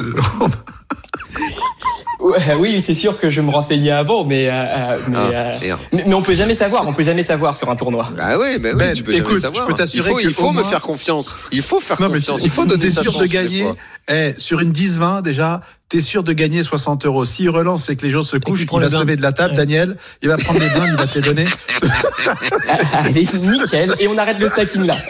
Ouais, oui, c'est sûr que je me renseignais avant, mais euh, mais, ah, euh, mais mais on peut jamais savoir, on peut jamais savoir sur un tournoi. Bah oui, bah oui, ben, tu peux écoute, jamais savoir. Je peux t'assurer il faut, que il faut me moins... faire confiance. Il faut faire non, confiance. Tu, il faut donner t'es sa sûr chance de gagner. Eh, sur une dix vingt déjà, t'es sûr de gagner soixante euros. S'il relance, c'est que les gens se couchent, il va se lever de la table. Ouais. Daniel, il va prendre les blindes, il va te les donner. Allez, nickel. Et on arrête le stacking là.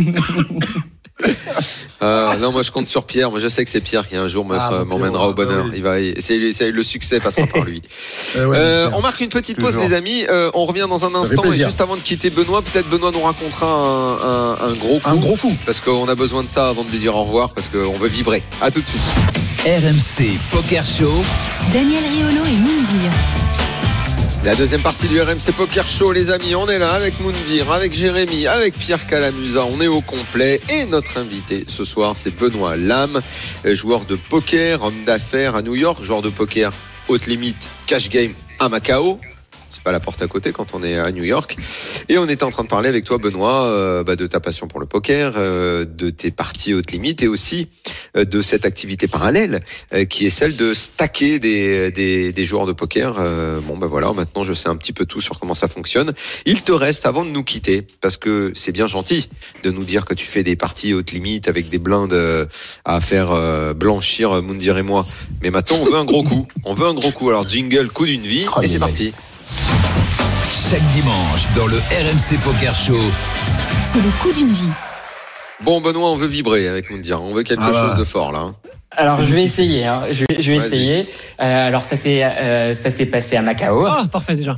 Euh, non, moi je compte sur Pierre. Moi je sais que c'est Pierre qui un jour me ah, m'emmènera au bonheur. Il va, c'est, c'est, le succès passera par lui. euh, ouais, euh, on marque une petite pause, les amis. Euh, on revient dans un instant. Et juste avant de quitter Benoît, peut-être Benoît nous racontera un, un, un gros coup. Un gros coup. Parce qu'on a besoin de ça avant de lui dire au revoir. Parce qu'on veut vibrer. À tout de suite. R M C Poker Show. Daniel Riolo et Moundir. La deuxième partie du R M C Poker Show, les amis, on est là avec Moundir, avec Jérémy, avec Pierre Calamusa, on est au complet et notre invité ce soir c'est Benoît Lam, joueur de poker, homme d'affaires à New York, joueur de poker haute limite, cash game à Macao. C'est pas la porte à côté quand on est à New York. Et on était en train de parler avec toi, Benoît, euh, bah, de ta passion pour le poker, euh, de tes parties haute limite et aussi euh, de cette activité parallèle euh, qui est celle de stacker des, des, des joueurs de poker. Euh, bon, ben bah, voilà, maintenant je sais un petit peu tout sur comment ça fonctionne. Il te reste, avant de nous quitter, parce que c'est bien gentil de nous dire que tu fais des parties haute limite avec des blindes euh, à faire euh, blanchir Moundir et moi. Mais maintenant, on veut un gros coup. On veut un gros coup. Alors, jingle, coup d'une vie, oh, et c'est parti. Chaque dimanche dans le R M C Poker Show, c'est le coup d'une vie. Bon Benoît, on veut vibrer avec Moundir, on veut quelque ah chose bah. de fort là. Alors je vais essayer, hein. je vais, je vais essayer. Euh, alors ça s'est, euh, ça s'est passé à Macao. Ah parfait déjà.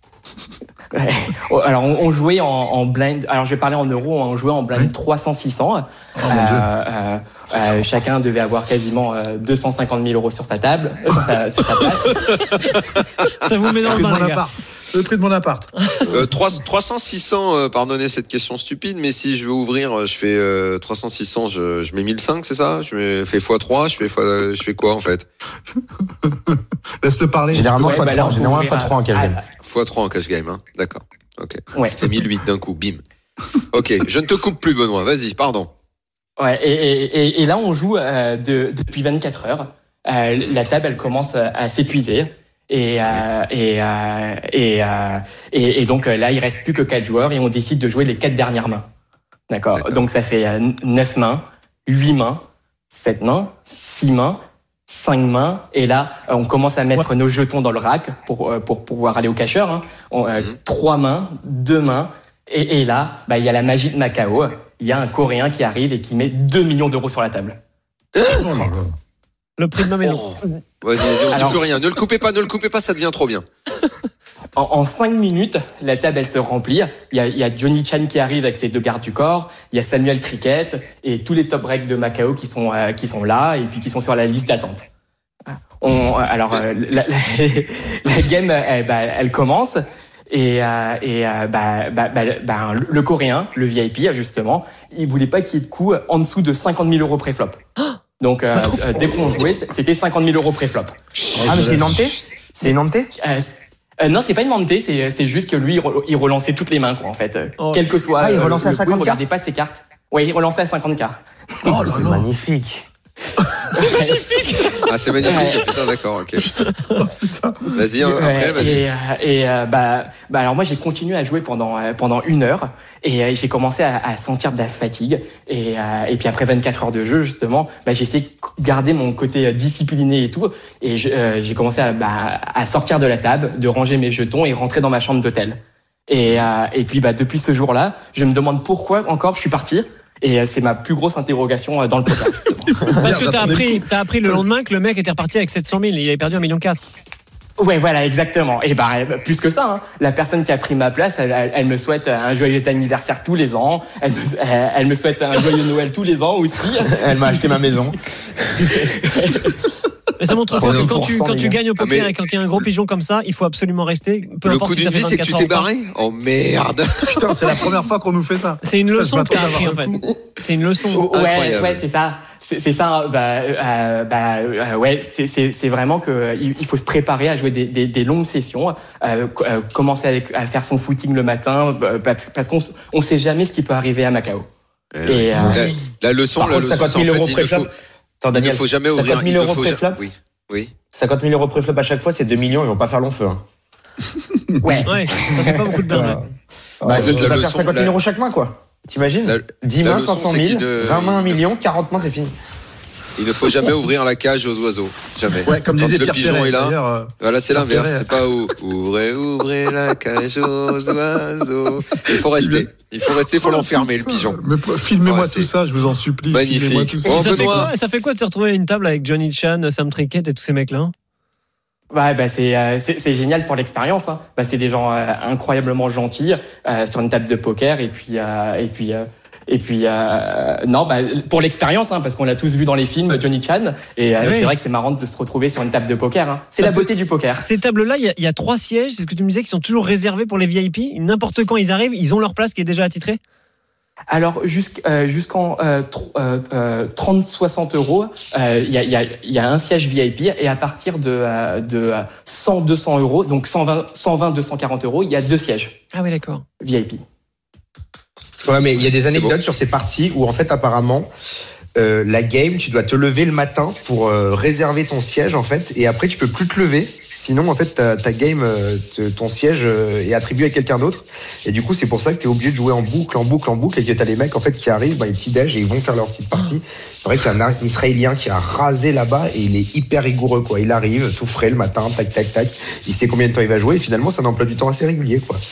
Alors on, on jouait en, en blind. Alors je vais parler en euros. On jouait en blind trois cents six cents. Oh, euh, euh, euh, chacun devait avoir quasiment euh, deux cent cinquante mille euros sur sa table, sur sa, sur sa place. Ça vous met dans le bain, les gars. Le prix de mon appart. euh, trois cents six cents, euh, pardonnez cette question stupide, mais si je veux ouvrir, je fais euh, trois cents six cents, je, je mets mille cinq, c'est ça? Je fais fois trois, je fais fois, je fais quoi en fait? Laisse-le parler. Généralement ouais, fois bah trois, généralement fois trois en cash game. fois trois en cash game, hein. D'accord. Ok. Ouais. Ça fait mille huit d'un coup, bim. Ok, je ne te coupe plus, Benoît. Vas-y, pardon. Ouais. Et, et, et là, on joue euh, de, depuis vingt-quatre heures. Euh, la table, elle commence à s'épuiser. Et, euh, et, euh, et, euh, et, et donc là, il reste plus que quatre joueurs et on décide de jouer les quatre dernières mains. D'accord. D'accord. Donc ça fait neuf mains, huit mains, sept mains, six mains, cinq mains. Et là, on commence à mettre ouais. nos jetons dans le rack pour, pour pouvoir aller au cacheur. Hein. On, euh, mmh. Trois mains, deux mains. Et, et là, bah, il y a la magie de Macao. Il y a un Coréen qui arrive et qui met deux millions d'euros sur la table. Le prix de ma maison. Oh. Vas-y, vas-y, on ne dit plus rien. Ne le coupez pas, ne le coupez pas, ça devient trop bien. En, en cinq minutes, la table, elle se remplit. Il y a, il y a Johnny Chan qui arrive avec ses deux gardes du corps. Il y a Samuel Cricket et tous les top breaks de Macao qui sont, euh, qui sont là et puis qui sont sur la liste d'attente. On, alors, euh, la, la, la game, elle, bah, elle commence. Et, euh, et euh, bah, bah, bah, bah, le Coréen, le V I P, justement, il voulait pas qu'il y ait de coups en dessous de cinquante mille euros pré-flop. Donc, euh, euh, dès qu'on jouait, c'était cinquante mille euros pré-flop. Ah, mais c'est une Nantais C'est une Nantais euh, euh, Non, c'est pas une Nantais, c'est, c'est juste que lui, il, re, il relançait toutes les mains, quoi, en fait. Oh. Quel que soit. Ah, il relançait euh, à cinquante K. Il regardait pas ses cartes. Oui, il relançait à cinquante K. Oh, c'est magnifique. Ah, c'est magnifique. Ouais. Putain, d'accord, ok. Oh, putain. Vas-y, ouais, après, vas-y. Et, et euh, bah, bah, alors moi, j'ai continué à jouer pendant euh, pendant une heure et euh, j'ai commencé à, à sentir de la fatigue. Et euh, et puis après vingt-quatre heures de jeu, justement, bah, j'ai essayé de garder mon côté discipliné et tout. Et je, euh, j'ai commencé à, bah, à sortir de la table, de ranger mes jetons et rentrer dans ma chambre d'hôtel. Et euh, et puis bah depuis ce jour-là, je me demande pourquoi encore je suis parti. Et c'est ma plus grosse interrogation dans le poker. Parce que t'as appris, t'as appris le lendemain que le mec était reparti avec sept cent mille, il avait perdu un million quatre. Ouais, voilà, exactement. Et bah, plus que ça, hein. La personne qui a pris ma place, elle, elle, elle me souhaite un joyeux anniversaire tous les ans. Elle me, elle, elle me souhaite un joyeux Noël tous les ans aussi. Elle m'a acheté ma maison. Mais ça montre quoi que quand tu, quand tu gagnes au poker ah mais... et quand il y a un gros pigeon comme ça, il faut absolument rester. Peu le coup d'une vie, c'est que tu t'es barré. Oh merde. Putain, c'est la première fois qu'on nous fait ça. C'est une leçon que t'as appris en fait. C'est une leçon. Oh, ouais, ouais, c'est ça. C'est, c'est ça. Bah, euh, bah, euh, ouais, c'est, c'est, c'est vraiment que il faut se préparer à jouer des, des, des longues sessions, euh, euh, commencer avec, à faire son footing le matin, euh, parce qu'on on sait jamais ce qui peut arriver à Macao. Euh, et euh, la, la leçon, la leçon, cinquante mille euros pré-flop. Attends, Daniel, il ne faut jamais ouvrir. cinquante mille euros pré-flop. Oui, oui. cinquante mille euros pré-flop à chaque fois, c'est deux millions. Ils vont pas faire long feu. Hein. Ouais. Ouais. Ça fait pas beaucoup de bien. Bah, tu vas faire cinquante mille euros chaque main, quoi. T'imagines la, dix mains, cinq cent mille, de... vingt mains, un million, quarante mains, c'est fini. Il ne faut jamais ouvrir la cage aux oiseaux. Jamais. Ouais, comme quand disait le Pierre pigeon Perret, est là. Euh, voilà, c'est l'inverse. Perret. C'est pas ou, ouvrez, ouvrez la cage aux oiseaux. Il faut rester. Il faut rester, il faut l'enfermer, le pigeon. Mais filmez-moi tout ça, je vous en supplie. Magnifique. Tout ça. Oh, ça, fait quoi, ça fait quoi de se retrouver à une table avec Johnny Chan, Sam Trickett et tous ces mecs-là? Ouais, bah c'est, euh, c'est c'est génial pour l'expérience. Hein. Bah c'est des gens euh, incroyablement gentils euh, sur une table de poker et puis euh, et puis. Euh, Et puis euh, non, bah, pour l'expérience, hein, parce qu'on l'a tous vu dans les films, Johnny Chan, et euh, oui. C'est vrai que c'est marrant de se retrouver sur une table de poker. Hein. C'est parce la beauté du poker. Ces tables-là, il y, y a trois sièges, c'est ce que tu me disais, qui sont toujours réservés pour les V I P. N'importe quand ils arrivent, ils ont leur place qui est déjà attitrée. Alors jusqu', euh, jusqu'en euh, tr- euh, trente soixante euros, il euh, y, a, y, a, y a un siège V I P et à partir de, euh, de cent deux cents euros, donc cent vingt deux cent quarante euros, il y a deux sièges. Ah oui, d'accord. V I P. Ouais, mais il y a des anecdotes sur ces parties où en fait apparemment euh, la game, tu dois te lever le matin pour euh, réserver ton siège en fait, et après tu peux plus te lever. Sinon en fait ta, ta game, euh, te, ton siège euh, est attribué à quelqu'un d'autre. Et du coup c'est pour ça que t'es obligé de jouer en boucle, en boucle, en boucle, et que t'as les mecs en fait qui arrivent, bah, ils petits déj et ils vont faire leur petite partie. C'est vrai qu'il y a un Israélien qui a rasé là-bas et il est hyper rigoureux quoi. Il arrive tout frais le matin, tac tac tac. Il sait combien de temps il va jouer et finalement c'est un emploi du temps assez régulier quoi.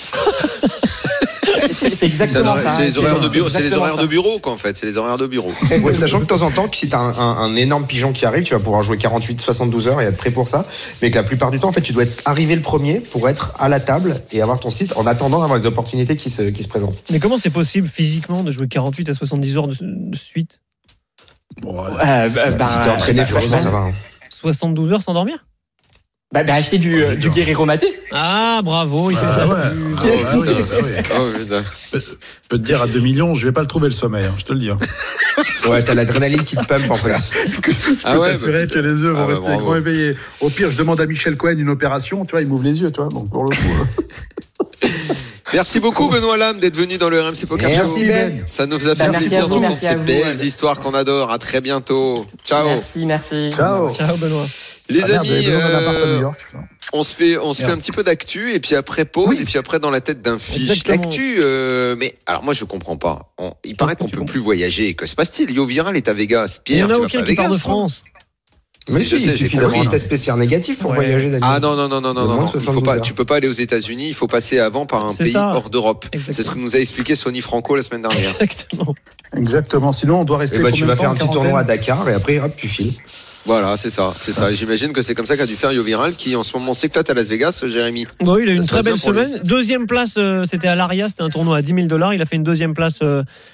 C'est, c'est exactement ça. ça. C'est les horaires de bureau, c'est les horaires ça. de bureau qu'en fait, c'est les horaires de bureau. Ouais, sachant que de temps en temps, si t'as un, un, un énorme pigeon qui arrive, tu vas pouvoir jouer quarante-huit, soixante-douze heures et être prêt pour ça. Mais que la plupart du temps, en fait, tu dois être arrivé le premier pour être à la table et avoir ton site en attendant d'avoir les opportunités qui se, qui se présentent. Mais comment c'est possible physiquement de jouer quarante-huit à soixante-dix heures de, de suite? Bon, ouais. euh, bah, bah, si t'es entraîné, franchement, ça va. Hein. soixante-douze heures sans dormir? Bah, bah acheter du, oh, du Guerrero Maté. Ah, bravo, il fait ah, ça. Ouais. Oh, ah, oui, ah, oui. Oh, je peux te dire, à deux millions, je vais pas le trouver le sommeil, hein, je te le dis. Hein. Ouais, t'as l'adrénaline qui te pump en fait. Je ah peux ouais, t'assurer bah, que les yeux vont ah rester bah, grands éveillés. Au pire, je demande à Michel Cohen une opération, tu vois, il m'ouvre les yeux, tu vois, donc pour le coup. Merci beaucoup Benoît Lam d'être venu dans le R M C Poker Show. Merci Ben. Ça nous a fait bah, plaisir d'entendre ces vous, belles ouais. histoires qu'on adore. À très bientôt. Ciao. Merci, merci. Ciao. Ciao Benoît. Les ah, amis, merde, euh, on se fait, on se fait un petit peu d'actu et puis après pause oui. et puis après dans la tête d'un fiche. L'actu, euh, mais alors moi je comprends pas. On, il paraît qu'on peut plus voyager. Que se passe-t-il? Yo Viral est à Vegas. Pierre, il y en a tu aucun vas pas qui à Vegas, part de France. Mais si, il suffit d'avoir un test P C R négatif pour ouais. voyager. Daniel. Ah non non non non non non. Il faut pas, tu peux pas aller aux États-Unis. Il faut passer avant par un c'est pays ça. hors d'Europe. Exactement. C'est ce que nous a expliqué Sonny Franco la semaine dernière. Exactement. Exactement. Sinon on doit rester. Et bah, tu vas faire un petit tournoi à Dakar et après hop tu files. Voilà, c'est ça, c'est ça. J'imagine que c'est comme ça qu'a dû faire Yo Viral, qui en ce moment s'éclate à Las Vegas, Jérémy. Bon, oui, il a eu une très belle semaine. Deuxième place, euh, c'était à l'Aria, c'était un tournoi à dix mille dollars. Il a fait une deuxième place euh,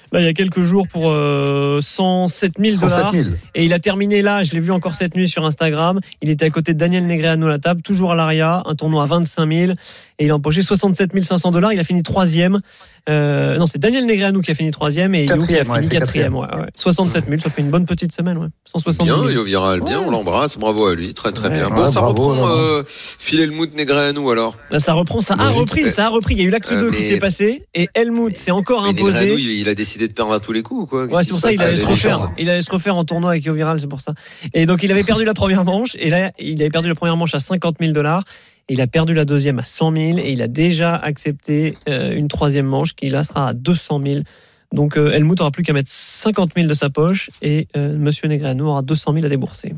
Là, il y a quelques jours pour euh, cent sept mille dollars. Et il a terminé là, je l'ai vu encore cette nuit sur Instagram. Il était à côté de Daniel Negreanu à la table, toujours à l'Aria, un tournoi à vingt-cinq mille. Et il a empoché soixante-sept mille cinq cents dollars. Il a fini troisième. Euh, non, c'est Daniel Negreanu qui a fini troisième et Yo qui a fini quatrième. Ouais, ouais. soixante-sept mille, ça fait une bonne petite semaine. Ouais. cent soixante mille. Bien, Yo Viral, bien, ouais. On l'embrasse. Bravo à lui, très très ouais. bien. Bon, ouais, ça bravo, reprend euh, Phil Hellmuth Negreanu alors. Là, ça reprend, ça a repris, ça a repris. Il y a eu l'acte deux euh, qui s'est passé et Hellmuth s'est encore mais imposé. Negreanu, il, il a décidé de perdre à tous les coups, quoi. Ouais, c'est pour ça qu'il allait se refaire. Il allait se refaire en tournoi avec Yo Viral, c'est pour ça. Et donc, il avait perdu la première manche et là, il avait perdu la première manche à cinquante mille dollars. Il a perdu la deuxième à cent mille et il a déjà accepté euh, une troisième manche qui là sera à deux cent mille. Donc euh, Hellmuth n'aura plus qu'à mettre cinquante mille de sa poche et euh, Monsieur Negreanu aura deux cent mille à débourser.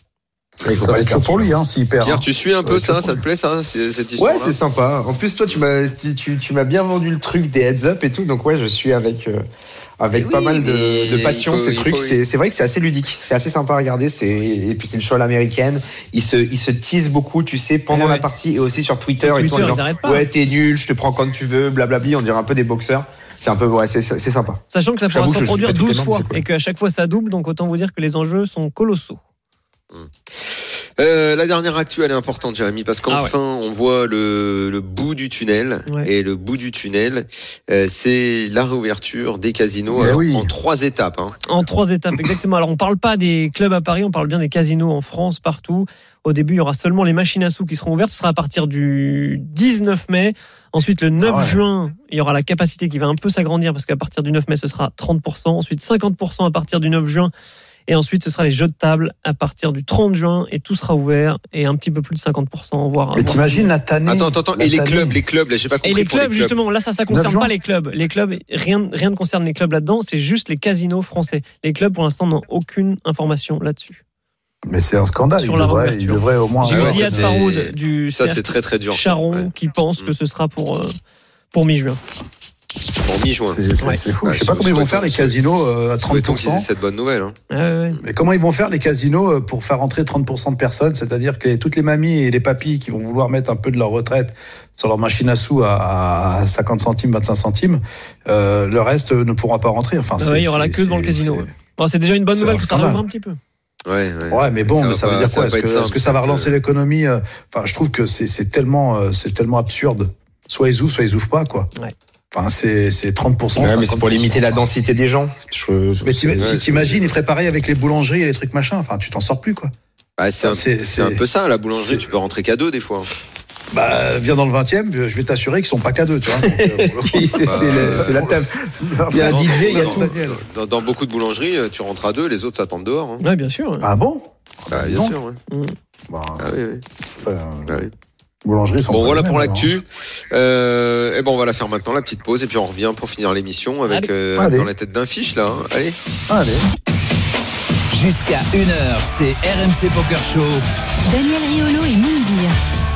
Il faut pas être chaud pour lui, hein, s'il perd. Pierre, hein. tu suis un peu ouais, ça, ça te plaît ça, cette histoire? Ouais, c'est sympa. En plus, toi, tu m'as, tu, tu, tu m'as bien vendu le truc des heads up et tout, donc ouais, je suis avec, euh, avec oui, pas mal de, de passion faut, ces trucs. Faut, c'est, c'est vrai que c'est assez ludique, c'est assez sympa à regarder. C'est, et puis c'est une show à l'américaine. Ils se, ils se teasent beaucoup, tu sais, pendant ouais, la partie et aussi sur Twitter et tout. Genre, ouais, t'es nul, je te prends quand tu veux, blablabla. On dirait un peu des boxeurs. C'est un peu, ouais, c'est, c'est sympa. Sachant que ça pourra se reproduire douze fois et qu'à chaque fois ça double, donc autant vous dire que les enjeux sont colossaux. Hum. Euh, la dernière actu, elle est importante, Jérémy, parce qu'enfin, ah ouais. on voit le, le bout du tunnel. Ouais. Et le bout du tunnel, euh, c'est la réouverture des casinos alors, oui. en trois étapes. Hein. En trois étapes, exactement. Alors, on parle pas des clubs à Paris, on parle bien des casinos en France, partout. Au début, il y aura seulement les machines à sous qui seront ouvertes. Ce sera à partir du dix-neuf mai. Ensuite, le neuf ah ouais. juin, il y aura la capacité qui va un peu s'agrandir, parce qu'à partir du neuf mai, ce sera trente pour cent. Ensuite, cinquante pour cent à partir du neuf juin. Et ensuite, ce sera les jeux de table à partir du trente juin et tout sera ouvert et un petit peu plus de cinquante pour cent, voire. Mais t'imagines la tannée. Attends, attends, attends. Et les clubs, les clubs, là, j'ai pas compris. Et les clubs, les clubs. justement, là, ça, ça concerne pas les clubs. Les clubs, rien, rien ne concerne les clubs là-dedans. C'est juste les casinos français. Les clubs, pour l'instant, n'ont aucune information là-dessus. Mais c'est un scandale. Il devrait, il devrait au moins. J'ai eu Ziad Faroud du ça, c'est très très dur. Charon, ouais. qui pense mmh. que ce sera pour euh, pour mi-juin. Pour mi-juin. C'est, c'est, ouais. c'est fou. Bah, je sais pas comment ils vont faire les casinos euh, à trente pour cent. C'est cette bonne nouvelle. Hein. Ah, ouais. Mais comment ils vont faire les casinos pour faire entrer trente pour cent de personnes, c'est-à-dire que toutes les mamies et les papis qui vont vouloir mettre un peu de leur retraite sur leur machine à sous à, à cinquante centimes, vingt-cinq centimes, euh, le reste ne pourra pas rentrer. Enfin, ah ouais, il y aura la queue devant le casino. C'est, ouais. bon, c'est déjà une bonne nouvelle que ça rouvre un petit peu. Ouais, ouais. ouais, mais bon, ça, mais ça pas, veut dire quoi? Est-ce que, simple, est-ce que ça va relancer que... l'économie? Enfin, je trouve que c'est, c'est tellement, c'est tellement absurde. Soit ils ouvrent, soit ils ouvrent pas, quoi. Ouais. Enfin, c'est, c'est trente pour cent. Ouais, mais c'est pour limiter la densité des gens. Je, mais t'im, ouais, t'imagines, ils feraient pareil avec les boulangeries et les trucs machin. Enfin, tu t'en sors plus, quoi. Ah, c'est, enfin, un, c'est, c'est, c'est un peu ça, la boulangerie, c'est... tu peux rentrer qu'à deux, des fois. Bah, viens dans le vingtième, je vais t'assurer qu'ils sont pas qu'à deux, tu vois. Donc, euh, c'est, bah, c'est, le, c'est la table. Il y a un D J, il y a tout. Dans, dans beaucoup de boulangeries, tu rentres à deux, les autres s'attendent dehors. Hein. Ouais, bien sûr. Ouais. Ah bon? Bah, bien non. sûr, ouais. Mmh. Bah, ah oui, oui. Euh, ah oui. Boulangerie. Bon, voilà pour l'actu. Euh, et bon, on va la faire maintenant, la petite pause, et puis on revient pour finir l'émission avec euh, dans la tête d'un fiche là. Hein. Allez. Allez. Jusqu'à une heure, c'est R M C Poker Show. Daniel Riolo et Moundir.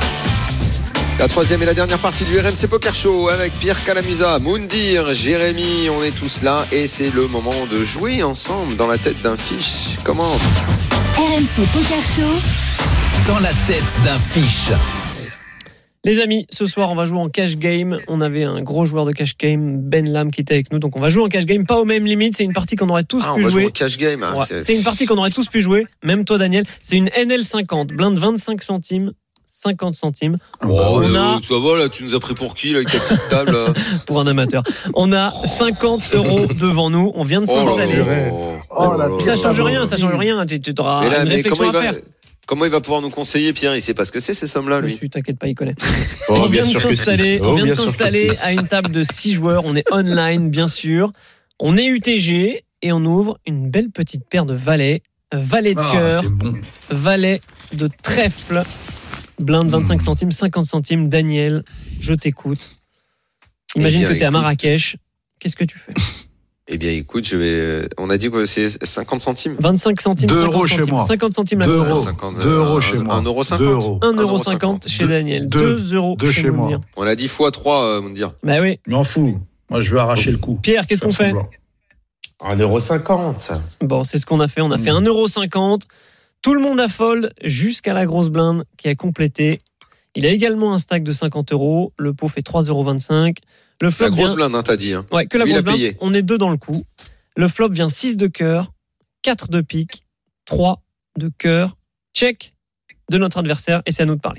La troisième et la dernière partie du R M C Poker Show avec Pierre Calamusa, Moundir, Jérémy, on est tous là et c'est le moment de jouer ensemble dans la tête d'un fiche. Comment ? R M C Poker Show. Dans la tête d'un fiche. Les amis, ce soir on va jouer en cash game. On avait un gros joueur de cash game, Ben Lam, qui était avec nous. Donc on va jouer en cash game, pas aux mêmes limites. C'est une partie qu'on aurait tous ah, pu on va jouer. jouer en cash game. Hein, ouais. c'est... c'est une partie qu'on aurait tous pu jouer. Même toi, Daniel. C'est une N L cinquante, blinde vingt-cinq centimes, cinquante centimes. Oh, on a... ça va là, tu nous as pris pour qui là, avec ta petite table là. Pour un amateur. On a cinquante euros devant nous. On vient de s'installer. Oh, oh, oh, ça change rien, ça change rien. Tu, tu auras là, une réflexion à faire. Comment il va pouvoir nous conseiller, Pierre? Il sait pas ce que c'est ces sommes-là, lui. Je t'inquiète pas, il connaît. Oh, on bien vient sûr de s'installer, que si. oh, on vient de sûr s'installer si. à une table de six joueurs. On est online, bien sûr. On est U T G et on ouvre une belle petite paire de valets. Valet de ah, cœur, bon. valet de trèfle, blinde vingt-cinq mmh. centimes, cinquante centimes. Daniel, je t'écoute. Imagine eh bien, que tu es à Marrakech. Qu'est-ce que tu fais? Eh bien, écoute, je vais. On a dit que c'est cinquante centimes. vingt-cinq centimes. deux euros chez moi. cinquante centimes. deux euros. cinquante, deux euros chez moi. un euro cinquante. un euro cinquante chez Daniel. deux euros chez moi. On a dit fois trois, euh, Moundir. Bah oui. M'en fous. Moi, je veux arracher le coup. Pierre, qu'est-ce qu'on fait? un euro cinquante. Bon, c'est ce qu'on a fait. On a mmh. fait un euro cinquante. Tout le monde a fold jusqu'à la grosse blinde qui a complété. Il a également un stack de cinquante euros. Le pot fait trois euros vingt-cinq. Le flop La grosse vient... blinde, hein, t'as dit. Hein. Ouais, que la Lui, grosse il a blinde. payé. On est deux dans le coup. Le flop vient six de cœur, quatre de pique, trois de cœur. Check de notre adversaire et c'est à nous de parler.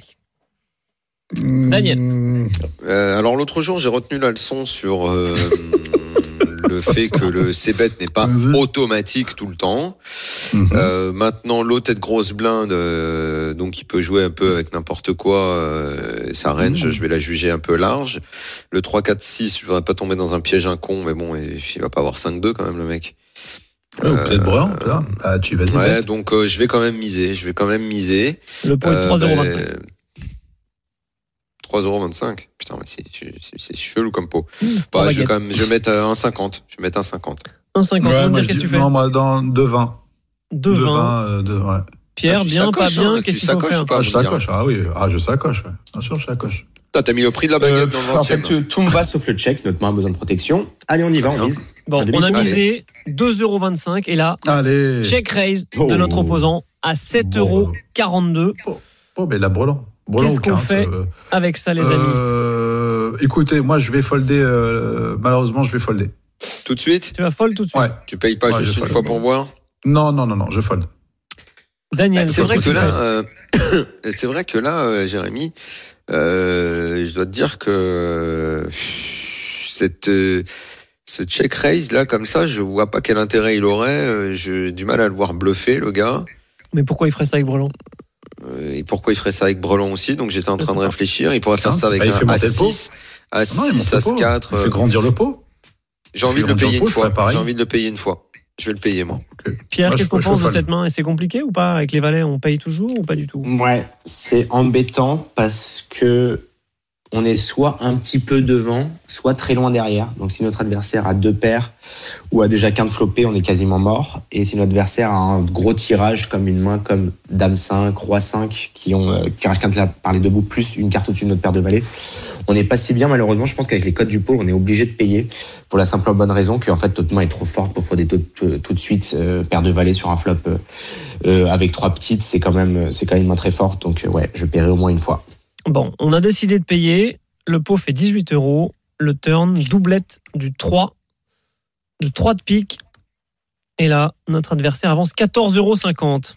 Daniel. Euh, alors l'autre jour, j'ai retenu la leçon sur euh, le fait que le C-bet n'est pas automatique tout le temps. Mm-hmm. Euh, maintenant, l'eau tête grosse blinde, euh, donc il peut jouer un peu avec n'importe quoi. Euh, sa range, mm-hmm. je vais la juger un peu large. Le trois quatre six, je voudrais pas tomber dans un piège un con, mais bon, il va pas avoir cinq deux quand même le mec. Ouais, ou peut-être brillant, euh, ah, tu vas-y. Ouais, bête. donc euh, je vais quand même miser. Je vais quand même miser. Le point est trois euros vingt-cinq. Euh, trois euros vingt-cinq. Putain, mais c'est, c'est, c'est chelou comme pot. Mmh, bah, je vais quand même, je vais mettre un virgule cinquante. Je vais mettre un cinquante. un virgule cinquante. Ouais, moi, qu'est-ce que tu fais? Non, moi, dans deux virgule vingt. deux virgule vingt. Euh, de, ouais. Pierre, ah, bien, pas bien, hein, qu'est-ce qu'il faut faire? Ah, je sacoche, ah oui, ah, je sacoche, ouais. Bien sûr, je sacoche. T'as mis le prix de la baguette euh, dans le vingtième. En fait, tout me va sauf le check. Notre main a besoin de protection. Allez, on y va, on mise. Bon, on a misé deux euros vingt-cinq et là, allez. Check raise oh. de notre opposant à sept euros quarante-deux. Bon, bon, mais la brelan. brelan Qu'est-ce qu'on fait euh, avec ça, les amis euh, Écoutez, moi, je vais folder. Euh, malheureusement, je vais folder. Tout de suite? Tu vas fold tout de suite? Ouais. Tu payes pas ouais, juste une fois pour voir? Non, non, non, non, je fold. Daniel, bah, c'est, vrai que là, euh, c'est vrai que là, euh, Jérémy, euh, je dois te dire que euh, cette, euh, ce check raise là, comme ça, je vois pas quel intérêt il aurait. Euh, j'ai du mal à le voir bluffer, le gars. Mais pourquoi il ferait ça avec Brelan? euh, Et pourquoi il ferait ça avec Brelan aussi? Donc j'étais en train de réfléchir. Il pourrait faire non, ça avec un A six, A six, A quatre. Il fait grandir le pot. J'ai envie de le payer une fois. J'ai envie de le payer une fois. Je vais le payer, moi. Okay. Pierre, moi, qu'est-ce qu'on je, pense je de cette main? Et c'est compliqué ou pas? Avec les valets, on paye toujours ou pas du tout? Ouais, c'est embêtant parce que on est soit un petit peu devant, soit très loin derrière. Donc si notre adversaire a deux paires ou a déjà quinte flopée, on est quasiment mort. Et si notre adversaire a un gros tirage comme une main comme Dame cinq, Roi cinq, qui ont euh, tirage quinte là par les deux bouts, plus une carte au-dessus de notre paire de valets, on n'est pas si bien malheureusement. Je pense qu'avec les codes du pôle, on est obligé de payer pour la simple bonne raison qu'en fait notre main est trop forte pour faire des taux de, tout de suite euh, paire de valets sur un flop euh, euh, avec trois petites, c'est quand même c'est quand même une main très forte. Donc euh, ouais, je paierai au moins une fois. Bon, on a décidé de payer. Le pot fait dix-huit euros. Le turn, doublette du trois. Le trois de pique. Et là, notre adversaire avance quatorze euros cinquante.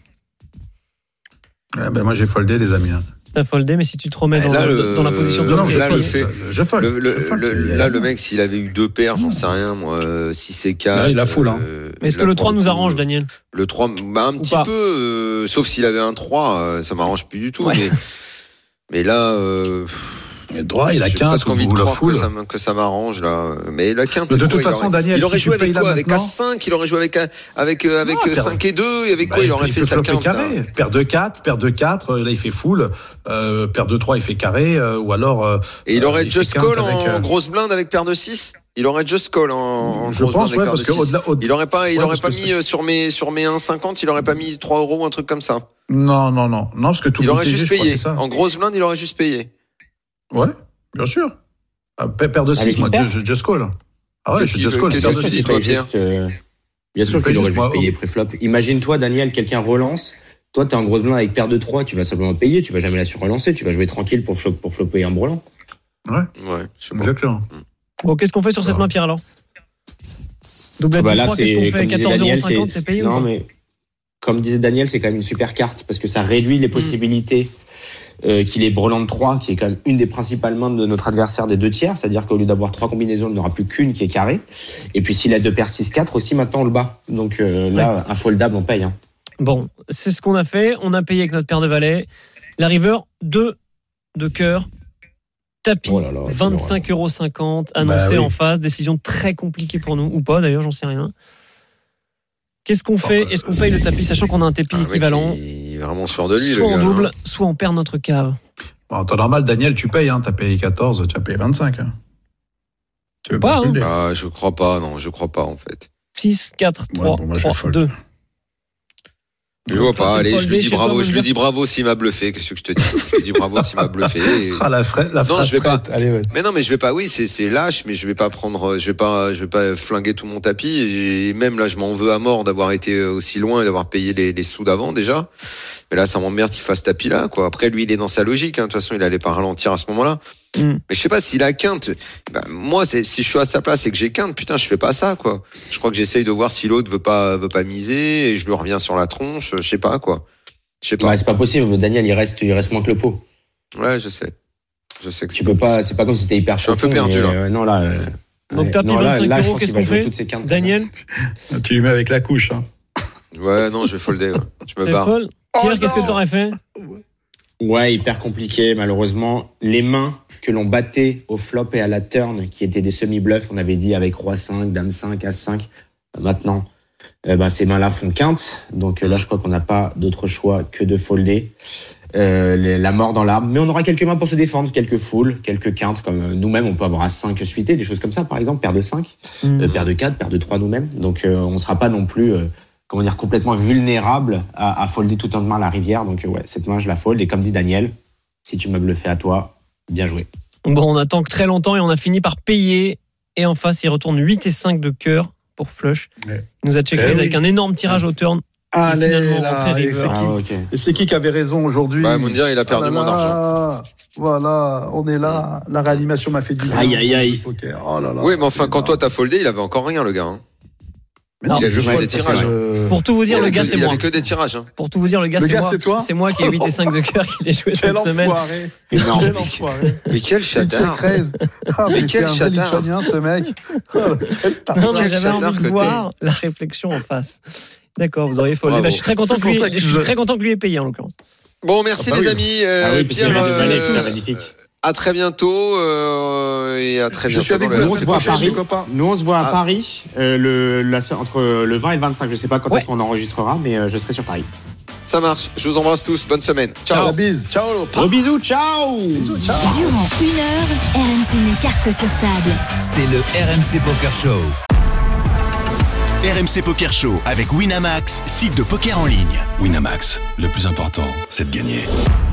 Ouais, ben moi j'ai foldé, les amis. Hein. T'as foldé, mais si tu te remets dans, là, la, le, dans la position de non, fold, là, le fait, je fold. Le, le, je fold le, là, le mec, s'il avait eu deux paires, j'en sais rien, moi, si c'est quatre. Là, il a full, hein. Euh, mais est-ce que le trois nous arrange, Daniel? Le trois, bah, un Ou petit pas. peu, euh, sauf s'il avait un trois, euh, ça m'arrange plus du tout, ouais. mais, mais là, euh, le droit, il a quinte, j'ai presque envie de la croire full. que ça, que ça m'arrange, là. Mais la quinte. Mais de quoi, toute façon, aurait, Daniel, il aurait si joué tu avec quoi? Avec maintenant... A cinq, il aurait joué avec, avec, euh, avec non, cinq et deux, et avec bah, quoi il aurait il fait sa quinte? Carré. Paire de quatre, paire de quatre, là, il fait full, euh, paire de trois, il fait carré, euh, ou alors, euh, et il aurait il just call avec, en euh... grosse blinde avec paire de six? Il aurait just call en, en je grosse pense, blinde ouais, avec parce paire de que au-delà, au... il aurait pas, il ouais, aurait pas mis c'est... sur mes, sur mes un virgule cinquante, il aurait pas mis trois euros ou un truc comme ça. Non, non, non, non, parce que tout il le aurait T G, juste je crois, payé. c'est ça. En grosse blinde, il aurait juste payé. Ouais, bien sûr. Paire de six, moi, je just call. Ah ouais, je just call, paire de six. Juste, euh, bien sûr qu'il aurait juste payé préflop. Imagine-toi, Daniel, quelqu'un relance. Toi, t'es en grosse blinde avec paire de trois, tu vas simplement payer, tu vas jamais la surrelancer, tu vas jouer tranquille pour, flop, pour flopper un brelan. Ouais, ouais, exactement. Bon, qu'est-ce qu'on fait sur cette ouais. main, Pierre, alors? Doublette bah, du là, trois, qu'est-ce qu'on fait? quatorze euros cinquante, c'est payé? Non, mais comme disait Daniel, c'est quand même une super carte parce que ça réduit les possibilités. Mmh. Euh, qu'il est brelan de trois, qui est quand même une des principales mains de notre adversaire des deux tiers, c'est-à-dire qu'au lieu d'avoir trois combinaisons, il n'aura plus qu'une qui est carrée. Et puis s'il a deux paires six quatre aussi, maintenant on le bat. Donc euh, là, ouais. Un foldable, on paye. Hein. Bon, c'est ce qu'on a fait. On a payé avec notre paire de valets. La river, deux de cœur. Tapis, oh là là, vingt-cinq euros cinquante, annoncé bah oui. en face. Décision très compliquée pour nous, ou pas d'ailleurs, j'en sais rien. Qu'est-ce qu'on fait? Est-ce qu'on paye le tapis, sachant qu'on a un tapis ah, équivalent? Il est vraiment sûr de lui, soit le en gars, double, hein. soit on perd notre cave. Bon, en temps normal, Daniel, tu payes, hein. T'as payé quatorze, tu as payé vingt-cinq. Hein. Tu veux pas, pas hein. ah, je crois pas, non, je crois pas, en fait. six, quatre, trois, ouais, bon, moi, trois, deux. Je vois pas, allez, je lui dis bravo, je lui dis bravo s'il m'a bluffé, qu'est-ce que je te dis? Je lui dis bravo s'il m'a bluffé. Et... Ah, la fra- la non, je vais pas. Allez, ouais. Mais non, mais je vais pas, oui, c'est, c'est lâche, mais je vais pas prendre, je vais pas, je vais pas flinguer tout mon tapis. Et même là, je m'en veux à mort d'avoir été aussi loin et d'avoir payé les, les sous d'avant, déjà. Mais là, ça m'emmerde qu'il fasse tapis là, quoi. Après, lui, il est dans sa logique, hein. De toute façon, il allait pas ralentir à ce moment-là. Mm. Mais je sais pas s'il a quinte. Bah, moi, c'est, si je suis à sa place et que j'ai quinte, putain, je fais pas ça, quoi. Je crois que j'essaye de voir si l'autre veut pas, veut pas miser et je lui reviens sur la tronche. Je sais pas, quoi. Je sais pas. Ouais, c'est pas possible. Daniel, il reste, il reste moins que le pot. Ouais, je sais. Je sais que tu peux pas. possible. C'est pas comme si t'étais hyper. Je suis un peu perdu là. Euh, non là. Euh, Donc t'as pris vingt-cinq euros. Qu'est-ce qu'on fait, Daniel? Tu lui mets avec la couche. Hein. Ouais, non, je vais folder. Ouais. Je me barre. Pierre, oh, qu'est-ce que t'aurais fait? Ouais, hyper compliqué, malheureusement. Les mains que l'on battait au flop et à la turn, qui étaient des semi-bluffs, on avait dit avec roi cinq, dame cinq, as cinq. Maintenant, euh, ben, ces mains-là font quinte. Donc euh, là, je crois qu'on n'a pas d'autre choix que de folder. Euh, les, la mort dans l'arbre. Mais on aura quelques mains pour se défendre, quelques foules, quelques quintes. Comme euh, nous-mêmes, on peut avoir as cinq suité, des choses comme ça, par exemple, paire de cinq, mmh. euh, paire de quatre, paire de trois nous-mêmes. Donc euh, on ne sera pas non plus... Euh, comment dire, complètement vulnérable à, à folder toute notre main à la rivière. Donc, ouais, cette main, je la fold. Et comme dit Daniel, si tu me bluffais à toi, bien joué. Bon, on attend que très longtemps et on a fini par payer. Et en face, il retourne huit et cinq de cœur pour flush. Ouais. Il nous a checké eh avec oui. un énorme tirage au turn. Allez, là, et c'est, qui, ah, okay. et c'est qui qui avait raison aujourd'hui? Bah, Moundir, il a perdu ah, moins d'argent. Voilà, on est là. La réanimation m'a fait du bien. Aïe, aïe, aïe. Oh là là, oui, mais enfin, quand toi t'as foldé, il avait encore rien, le gars. Hein. Mais non, il a juste fait des tirages. Euh... Pour tout vous dire, le gars, que, c'est il moi. Il avait que des tirages. Hein. Pour tout vous dire, le gars, le c'est gars, moi. C'est toi. C'est moi qui ai huit et cinq de cœur qui l'ai joué cette semaine. Quel enfoiré. Mais quel chatard. Ah, mais, mais quel chatard. Ce mec. Oh, quel non, mais j'avais envie de voir la réflexion en face. D'accord, vous auriez foldé. Bah, je suis très content que lui, je suis très content que lui ait payé en l'occurrence. Bon, merci ah bah les oui. amis. Euh, ah oui, Pierre, euh, magnifique. À très bientôt euh, et à très je bientôt. Suis avec le... nous, on se voit à Paris. Nous on se voit à ah. Paris euh, le, la, entre le vingt et le vingt-cinq. Je sais pas quand ouais. est-ce qu'on enregistrera, mais euh, je serai sur Paris. Ça marche. Je vous embrasse tous. Bonne semaine. Ciao. Ciao. Bise. Ciao. Gros bisous. Ciao. Bisous. Ciao. Durant une heure, R M C met cartes sur table. C'est le R M C Poker Show. R M C Poker Show avec Winamax, site de poker en ligne. Winamax, le plus important, c'est de gagner.